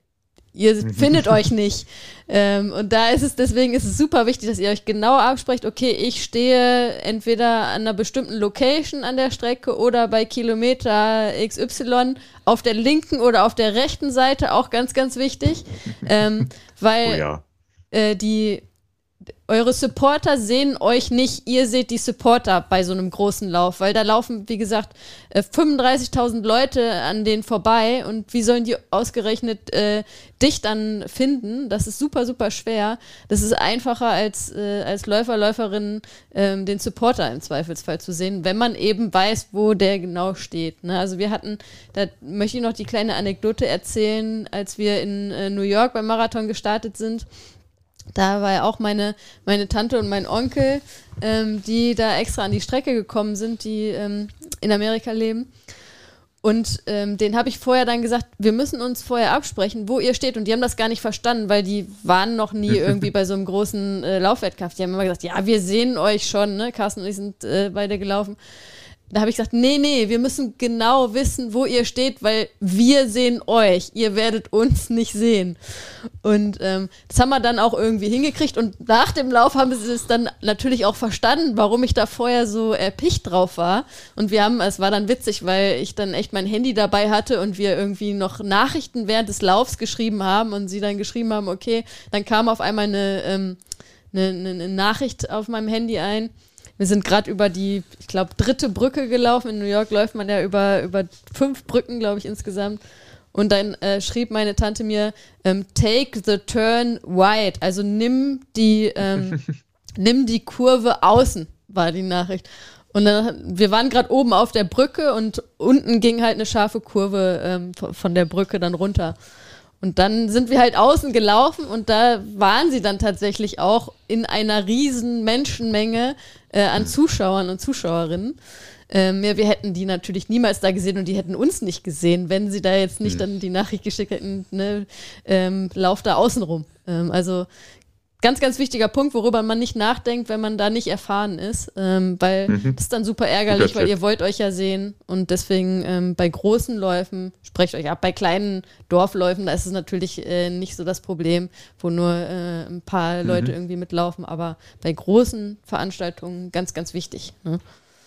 ihr findet euch nicht. Ähm, und da ist es, deswegen ist es super wichtig, dass ihr euch genau absprecht, okay, ich stehe entweder an einer bestimmten Location an der Strecke oder bei Kilometer X Y auf der linken oder auf der rechten Seite, auch ganz, ganz wichtig. Ähm, weil oh ja. äh, die eure Supporter sehen euch nicht, ihr seht die Supporter bei so einem großen Lauf, weil da laufen, wie gesagt, fünfunddreißigtausend Leute an denen vorbei, und wie sollen die ausgerechnet äh, dich dann finden? Das ist super, super schwer. Das ist einfacher als, äh, als Läufer, Läuferin äh, den Supporter im Zweifelsfall zu sehen, wenn man eben weiß, wo der genau steht. Ne? Also wir hatten, da möchte ich noch die kleine Anekdote erzählen, als wir in äh, New York beim Marathon gestartet sind. Da war ja auch meine, meine Tante und mein Onkel, ähm, die da extra an die Strecke gekommen sind, die ähm, in Amerika leben. Und ähm, denen habe ich vorher dann gesagt, wir müssen uns vorher absprechen, wo ihr steht. Und die haben das gar nicht verstanden, weil die waren noch nie irgendwie bei so einem großen äh, Laufwettkampf. Die haben immer gesagt, ja, wir sehen euch schon, ne? Carsten und ich sind äh, beide gelaufen. Da habe ich gesagt, nee, nee, wir müssen genau wissen, wo ihr steht, weil wir sehen euch. Ihr werdet uns nicht sehen. Und ähm, das haben wir dann auch irgendwie hingekriegt. Und nach dem Lauf haben sie es dann natürlich auch verstanden, warum ich da vorher so erpicht drauf war. Und wir haben, es war dann witzig, weil ich dann echt mein Handy dabei hatte und wir irgendwie noch Nachrichten während des Laufs geschrieben haben und sie dann geschrieben haben, okay, dann kam auf einmal eine, ähm, eine, eine Nachricht auf meinem Handy ein. Wir sind gerade über die, ich glaube, dritte Brücke gelaufen. In New York läuft man ja über, über fünf Brücken, glaube ich, insgesamt. Und dann äh, schrieb meine Tante mir, ähm, take the turn wide. Also nimm die, ähm, nimm die Kurve außen, war die Nachricht. Und dann, wir waren gerade oben auf der Brücke und unten ging halt eine scharfe Kurve ähm, von der Brücke dann runter. Und dann sind wir halt außen gelaufen und da waren sie dann tatsächlich auch in einer riesen Menschenmenge äh, an Zuschauern und Zuschauerinnen. Ähm, ja, wir hätten die natürlich niemals da gesehen und die hätten uns nicht gesehen, wenn sie da jetzt nicht mhm. dann die Nachricht geschickt hätten, ne, ähm, lauf da außen rum. Ähm, also ganz, ganz wichtiger Punkt, worüber man nicht nachdenkt, wenn man da nicht erfahren ist, ähm, weil mhm. das ist dann super ärgerlich, weil ihr wollt euch ja sehen und deswegen ähm, bei großen Läufen, sprecht euch ab, bei kleinen Dorfläufen, da ist es natürlich äh, nicht so das Problem, wo nur äh, ein paar mhm. Leute irgendwie mitlaufen, aber bei großen Veranstaltungen ganz, ganz wichtig. Ne?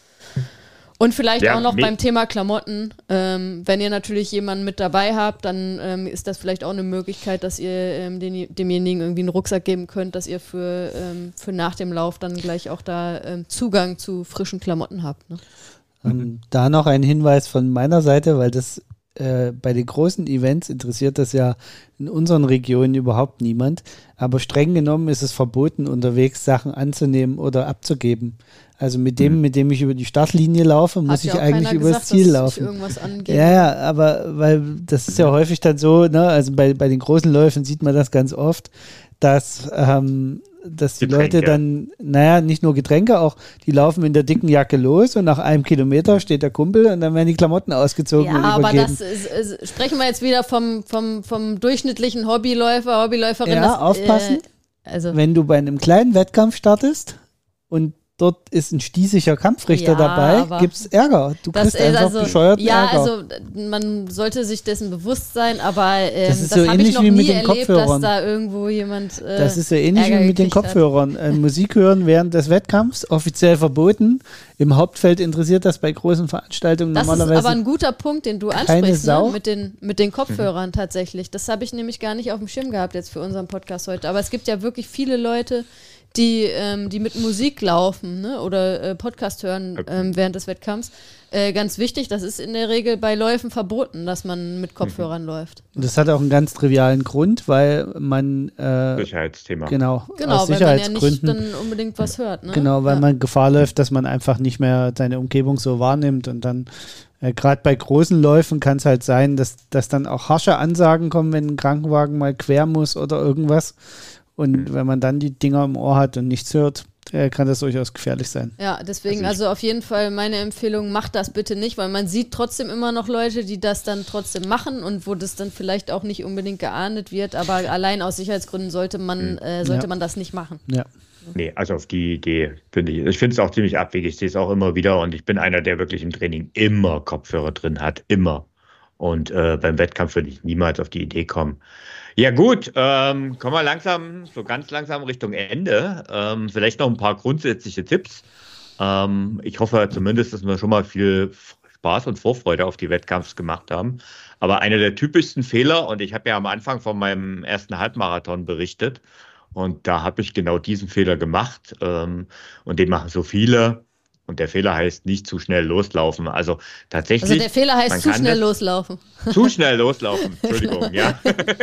Und vielleicht ja, auch noch beim Thema Klamotten, ähm, wenn ihr natürlich jemanden mit dabei habt, dann ähm, ist das vielleicht auch eine Möglichkeit, dass ihr ähm, den, demjenigen irgendwie einen Rucksack geben könnt, dass ihr für, ähm, für nach dem Lauf dann gleich auch da ähm, Zugang zu frischen Klamotten habt. Ne? Ähm, da noch ein Hinweis von meiner Seite, weil das äh, bei den großen Events interessiert das ja in unseren Regionen überhaupt niemand, aber streng genommen ist es verboten, unterwegs Sachen anzunehmen oder abzugeben. Also mit dem, mit dem ich über die Startlinie laufe, muss ich eigentlich über das Ziel laufen. Ja, ja, aber weil das ist ja häufig dann so, ne, also bei, bei den großen Läufen sieht man das ganz oft, dass, ähm, dass die Getränke. Leute dann, naja, nicht nur Getränke, auch die laufen in der dicken Jacke los und nach einem Kilometer steht der Kumpel und dann werden die Klamotten ausgezogen ja, und aber übergeben. das ist, ist, sprechen wir jetzt wieder vom, vom, vom durchschnittlichen Hobbyläufer, Hobbyläuferin. Ja, das, aufpassen, äh, also. wenn du bei einem kleinen Wettkampf startest und dort ist ein stießiger Kampfrichter ja, dabei, gibt es Ärger. Du das kriegst einfach also, bescheuerten ja, Ärger. Ja, also man sollte sich dessen bewusst sein, aber ähm, das, ist das so habe ich noch wie nie mit den erlebt, Kopfhörern. dass da irgendwo jemand äh, Das ist so ähnlich Ärger wie mit den gekriegt Kopfhörern. Äh, Musik hören während des Wettkampfs, offiziell verboten. Im Hauptfeld interessiert das bei großen Veranstaltungen das normalerweise. Das ist aber ein guter Punkt, den du ansprichst, ne? mit, den, mit den Kopfhörern mhm. tatsächlich. Das habe ich nämlich gar nicht auf dem Schirm gehabt jetzt für unseren Podcast heute. Aber es gibt ja wirklich viele Leute, die, ähm, die mit Musik laufen, ne? oder äh, Podcast hören ähm, während des Wettkampfs. Äh, ganz wichtig, das ist in der Regel bei Läufen verboten, dass man mit Kopfhörern mhm. läuft. Und das hat auch einen ganz trivialen Grund, weil man äh, Sicherheitsthema. Genau, genau aus weil man ja nicht Sicherheitsgründen dann unbedingt was hört. Ne? Genau, weil ja. man Gefahr läuft, dass man einfach nicht mehr seine Umgebung so wahrnimmt und dann äh, gerade bei großen Läufen kann es halt sein, dass, dass dann auch harsche Ansagen kommen, wenn ein Krankenwagen mal quer muss oder irgendwas. Und mhm. wenn man dann die Dinger im Ohr hat und nichts hört, äh, kann das durchaus gefährlich sein. Ja, deswegen also, also auf jeden Fall meine Empfehlung, macht das bitte nicht, weil man sieht trotzdem immer noch Leute, die das dann trotzdem machen und wo das dann vielleicht auch nicht unbedingt geahndet wird, aber allein aus Sicherheitsgründen sollte man, mhm. äh, sollte ja. man das nicht machen. Ja. Nee, also auf die Idee finde ich, ich finde es auch ziemlich abwegig, ich sehe es auch immer wieder und ich bin einer, der wirklich im Training immer Kopfhörer drin hat, immer. Und äh, beim Wettkampf würde ich niemals auf die Idee kommen. Ja gut, ähm, kommen wir langsam, so ganz langsam Richtung Ende. Ähm, vielleicht noch ein paar grundsätzliche Tipps. Ähm, ich hoffe zumindest, dass wir schon mal viel Spaß und Vorfreude auf die Wettkampfs gemacht haben. Aber einer der typischsten Fehler, und ich habe ja am Anfang von meinem ersten Halbmarathon berichtet, und da habe ich genau diesen Fehler gemacht. Ähm, und den machen so viele. Und der Fehler heißt nicht zu schnell loslaufen. Also tatsächlich. Also der Fehler heißt zu schnell loslaufen. Zu schnell loslaufen, Entschuldigung, ja.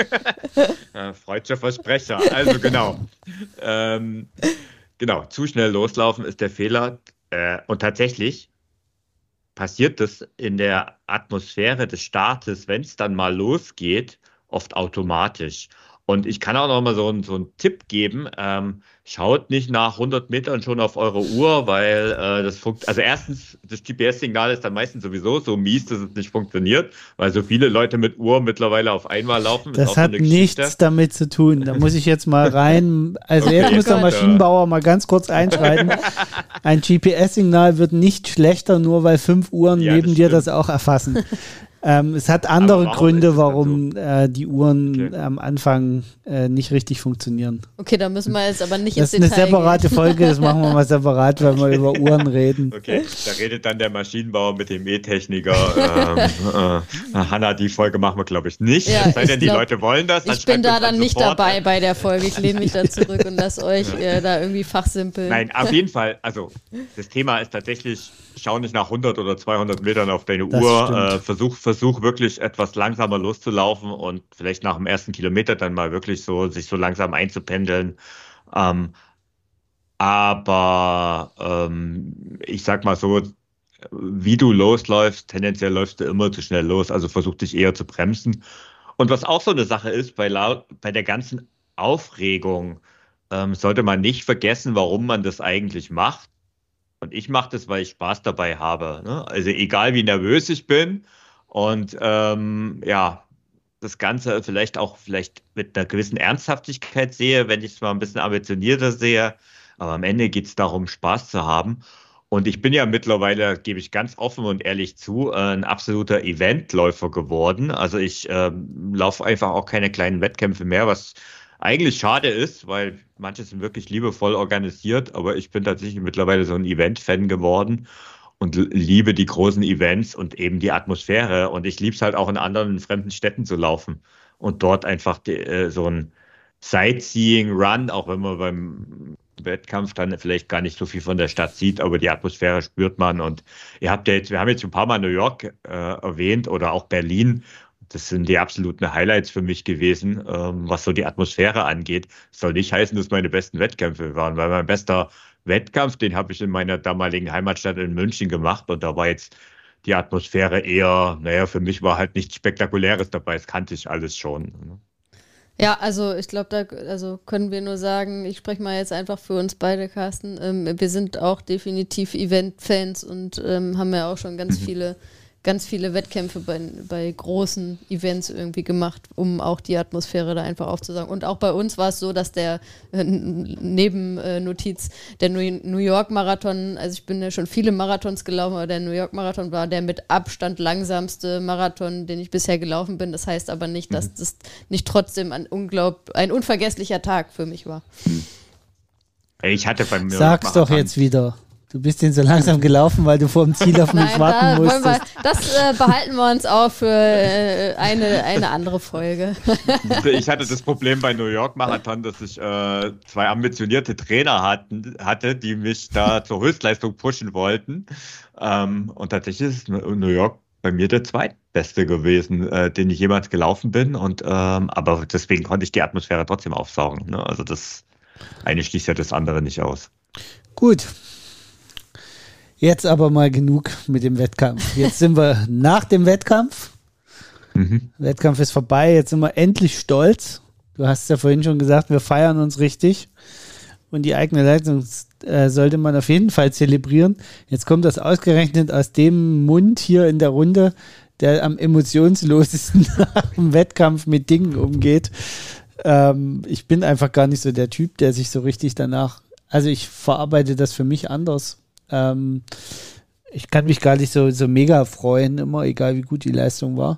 ja freudscher Versprecher. Also genau. Ähm, genau, zu schnell loslaufen ist der Fehler. Äh, und tatsächlich passiert das in der Atmosphäre des Startes, wenn es dann mal losgeht, oft automatisch. Und ich kann auch noch mal so, einen, so einen Tipp geben. Ähm, schaut nicht nach hundert Metern schon auf eure Uhr, weil äh, das funktioniert. Also erstens, das G P S-Signal ist dann meistens sowieso so mies, dass es nicht funktioniert, weil so viele Leute mit Uhr mittlerweile auf einmal laufen. Das ist hat so nichts damit zu tun. Da muss ich jetzt mal rein. Also okay, jetzt muss der Maschinenbauer mal ganz kurz einschreiten. Ein G P S-Signal wird nicht schlechter, nur weil fünf Uhren ja, neben dir das auch erfassen. Ähm, es hat andere warum Gründe, warum so? äh, die Uhren okay. am Anfang äh, nicht richtig funktionieren. Okay, da müssen wir jetzt aber nicht das ins Detail Das ist eine separate gehen. Folge, das machen wir mal separat, wenn wir über Uhren reden. Okay, da redet dann der Maschinenbauer mit dem E-Techniker. ähm, äh, Hanna, die Folge machen wir, glaube ich, nicht. Ja, sei denn, die glaub, Leute wollen das. Ich bin da dann nicht dabei bei der Folge. Ich lehne mich da zurück und lasse euch äh, da irgendwie fachsimpeln. Nein, auf jeden Fall. Also, das Thema ist tatsächlich, schau nicht nach hundert oder zweihundert Metern auf deine das Uhr. Äh, versuch, versuch wirklich etwas langsamer loszulaufen und vielleicht nach dem ersten Kilometer dann mal wirklich so sich so langsam einzupendeln. Ähm, aber ähm, ich sag mal so, wie du losläufst, tendenziell läufst du immer zu schnell los, also versuch dich eher zu bremsen. Und was auch so eine Sache ist, bei, laut, bei der ganzen Aufregung ähm, sollte man nicht vergessen, warum man das eigentlich macht. Und ich mache das, weil ich Spaß dabei habe. Ne? Also egal wie nervös ich bin und ähm, ja, das Ganze vielleicht auch vielleicht mit einer gewissen Ernsthaftigkeit sehe, wenn ich es mal ein bisschen ambitionierter sehe. Aber am Ende geht es darum, Spaß zu haben. Und ich bin ja mittlerweile, gebe ich ganz offen und ehrlich zu, äh, ein absoluter Eventläufer geworden. Also ich ähm, laufe einfach auch keine kleinen Wettkämpfe mehr, was eigentlich schade ist, weil manche sind wirklich liebevoll organisiert, aber ich bin tatsächlich mittlerweile so ein Event-Fan geworden und l- liebe die großen Events und eben die Atmosphäre. Und ich liebe es halt auch in anderen fremden Städten zu laufen und dort einfach die, äh, so ein Sightseeing-Run, auch wenn man beim Wettkampf dann vielleicht gar nicht so viel von der Stadt sieht, aber die Atmosphäre spürt man. Und ihr habt ja jetzt, wir haben jetzt ein paar Mal New York äh, erwähnt oder auch Berlin. Das sind die absoluten Highlights für mich gewesen, ähm, was so die Atmosphäre angeht. Das soll nicht heißen, dass meine besten Wettkämpfe waren, weil mein bester Wettkampf, den habe ich in meiner damaligen Heimatstadt in München gemacht und da war jetzt die Atmosphäre eher, naja, für mich war halt nichts Spektakuläres dabei, das kannte ich alles schon. Ne? Ja, also ich glaube, da also können wir nur sagen, ich spreche mal jetzt einfach für uns beide, Carsten. Ähm, wir sind auch definitiv Event-Fans und ähm, haben ja auch schon ganz Mhm. viele, ganz viele Wettkämpfe bei, bei großen Events irgendwie gemacht, um auch die Atmosphäre da einfach aufzusaugen. Und auch bei uns war es so, dass der äh, Nebennotiz, der New New York-Marathon, also ich bin ja schon viele Marathons gelaufen, aber der New York-Marathon war der mit Abstand langsamste Marathon, den ich bisher gelaufen bin. Das heißt aber nicht, dass das nicht trotzdem ein, unglaub, ein unvergesslicher Tag für mich war. Ich hatte beim Sag's doch jetzt wieder. Du bist den so langsam gelaufen, weil du vor dem Ziel auf mich Nein, warten da wollen musstest. wir, das äh, behalten wir uns auch für äh, eine, eine andere Folge. Ich hatte das Problem bei New York Marathon, dass ich äh, zwei ambitionierte Trainer hatten, hatte, die mich da zur Höchstleistung pushen wollten. Ähm, und tatsächlich ist New York bei mir der zweitbeste gewesen, äh, den ich jemals gelaufen bin. Und ähm, aber deswegen konnte ich die Atmosphäre trotzdem aufsaugen. Ne? Also das eine schließt ja das andere nicht aus. Gut. Jetzt aber mal genug mit dem Wettkampf. Jetzt sind wir nach dem Wettkampf. Mhm. Wettkampf ist vorbei. Jetzt sind wir endlich stolz. Du hast ja vorhin schon gesagt, wir feiern uns richtig. Und die eigene Leistung äh, sollte man auf jeden Fall zelebrieren. Jetzt kommt das ausgerechnet aus dem Mund hier in der Runde, der am emotionslosesten im Wettkampf mit Dingen umgeht. Ähm, ich bin einfach gar nicht so der Typ, der sich so richtig danach, also ich verarbeite das für mich anders. Ähm, ich kann mich gar nicht so, so mega freuen, immer, egal wie gut die Leistung war.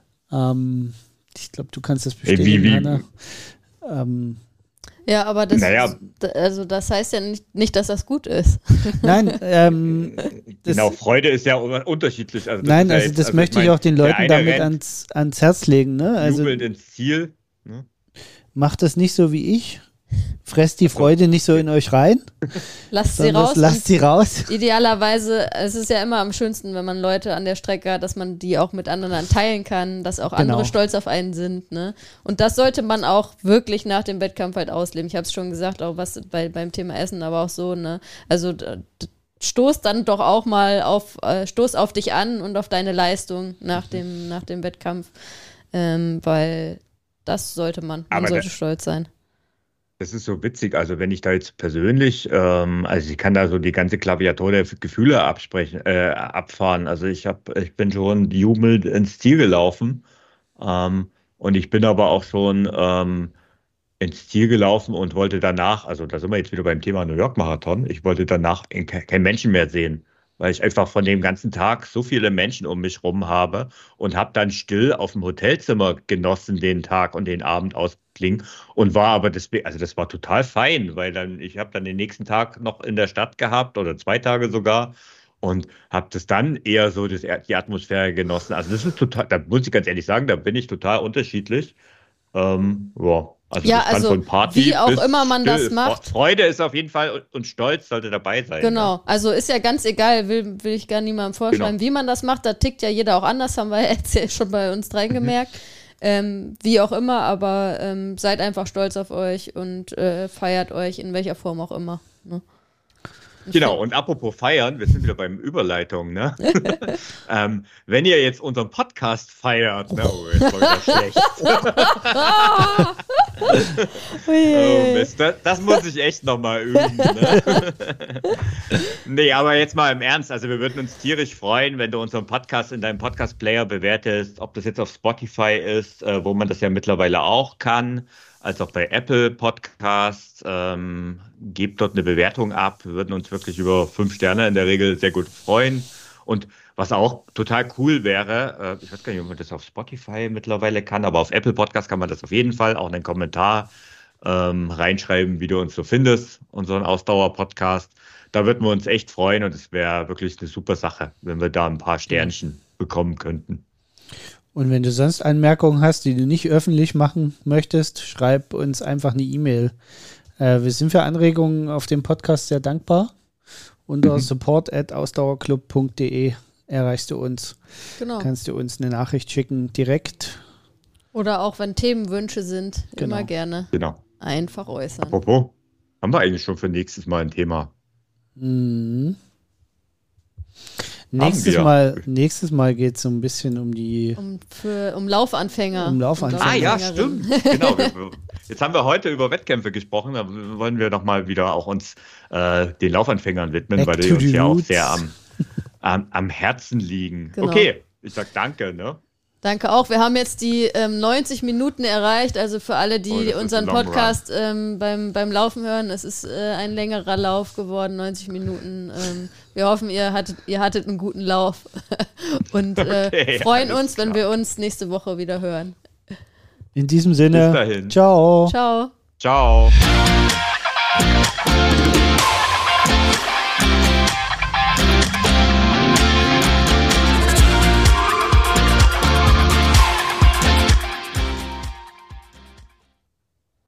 Ähm, ich glaube, du kannst das bestätigen, Wie- wie- Hanna. Ähm, Ja, aber das, Naja. also das heißt ja nicht, nicht, dass das gut ist. nein, ähm, das, Genau, Freude ist ja un- unterschiedlich. Also das nein, ist ja also jetzt- das also möchte ich mein, auch den der Leuten eine damit rennt ans, ans Herz legen. Ne? Also jubelnd ins Ziel. Ne? macht das nicht so wie ich. Fresst die Freude nicht so in euch rein, Lasst sie sondern raus. lasst sie raus. und idealerweise, es ist ja immer am schönsten, wenn man Leute an der Strecke hat, dass man die auch mit anderen dann teilen kann, dass auch andere Genau. stolz auf einen sind. Ne? Und das sollte man auch wirklich nach dem Wettkampf halt ausleben. Ich habe es schon gesagt, auch was bei, beim Thema Essen, aber auch so. Ne? Also d- d- stoß dann doch auch mal auf, äh, stoß auf dich an und auf deine Leistung nach dem, nach dem Wettkampf, ähm, weil das sollte man. Man Aber sollte da- stolz sein. Das ist so witzig. Also wenn ich da jetzt persönlich, ähm, also ich kann da so die ganze Klaviatur der Gefühle absprechen, äh, abfahren. Also ich habe, ich bin schon jubelnd ins Ziel gelaufen, ähm, und ich bin aber auch schon ähm, ins Ziel gelaufen und wollte danach, also da sind wir jetzt wieder beim Thema New York Marathon, ich wollte danach ke- keinen Menschen mehr sehen, weil ich einfach von dem ganzen Tag so viele Menschen um mich rum habe und habe dann still auf dem Hotelzimmer genossen den Tag und den Abend ausklingen und war aber deswegen, also das war total fein, weil dann, ich habe dann den nächsten Tag noch in der Stadt gehabt oder zwei Tage sogar und habe das dann eher so das, die Atmosphäre genossen. Also das ist total, da muss ich ganz ehrlich sagen, da bin ich total unterschiedlich. Ähm, ja, also Ja, das kann also von Party wie auch bis immer man das still. macht. Freude ist auf jeden Fall und, und Stolz sollte dabei sein. Genau, also ist ja ganz egal, will, will ich gar niemandem vorschreiben, Genau. wie man das macht. Da tickt ja jeder auch anders, haben wir jetzt ja schon bei uns dreien gemerkt. ähm, wie auch immer, aber ähm, seid einfach stolz auf euch und äh, feiert euch in welcher Form auch immer. Ne? Genau, und apropos feiern, wir sind wieder beim Überleitung, ne? ähm, wenn ihr jetzt unseren Podcast feiert, ne? Oh, jetzt war wieder schlecht. Oh Mist, das, das muss ich echt nochmal üben, ne? Nee, aber jetzt mal im Ernst, also wir würden uns tierisch freuen, wenn du unseren Podcast in deinem Podcast-Player bewertest, ob das jetzt auf Spotify ist, äh, wo man das ja mittlerweile auch kann, als auch bei Apple Podcasts. Ähm, gebt dort eine Bewertung ab. Wir würden uns wirklich über fünf Sterne in der Regel sehr gut freuen. Und was auch total cool wäre, äh, ich weiß gar nicht, ob man das auf Spotify mittlerweile kann, aber auf Apple Podcasts kann man das auf jeden Fall, auch einen Kommentar ähm, reinschreiben, wie du uns so findest, unseren Ausdauer-Podcast. Da würden wir uns echt freuen und es wäre wirklich eine super Sache, wenn wir da ein paar Sternchen bekommen könnten. Und wenn du sonst Anmerkungen hast, die du nicht öffentlich machen möchtest, schreib uns einfach eine E-Mail. Äh, wir sind für Anregungen auf dem Podcast sehr dankbar. Unter mhm. support at ausdauerclub punkt de erreichst du uns. Genau. Kannst du uns eine Nachricht schicken, direkt. Oder auch wenn Themenwünsche sind, Genau. immer gerne Genau. einfach äußern. Apropos, haben wir eigentlich schon für nächstes Mal ein Thema? Mhm. Nächstes Mal, nächstes Mal geht es so ein bisschen um die... Um, für, um Laufanfänger. Um Laufanfänger. Ah ja, stimmt. Genau. Wir, jetzt haben wir heute über Wettkämpfe gesprochen, da wollen wir doch mal wieder auch uns äh, den Laufanfängern widmen, Back weil die to uns the ja auch roots. sehr am, am, am Herzen liegen. Genau. Okay, ich sag danke, ne? Danke auch. Wir haben jetzt die ähm, neunzig Minuten erreicht. Also für alle, die Oh, das ist unseren ein long Podcast ähm, beim, beim Laufen hören, es ist äh, ein längerer Lauf geworden, neunzig Minuten. Ähm, wir hoffen, ihr hattet, ihr hattet einen guten Lauf und äh, Okay, freuen alles uns, wenn klar. wir uns nächste Woche wieder hören. In diesem Sinne, Bis dahin. ciao. Ciao. Ciao.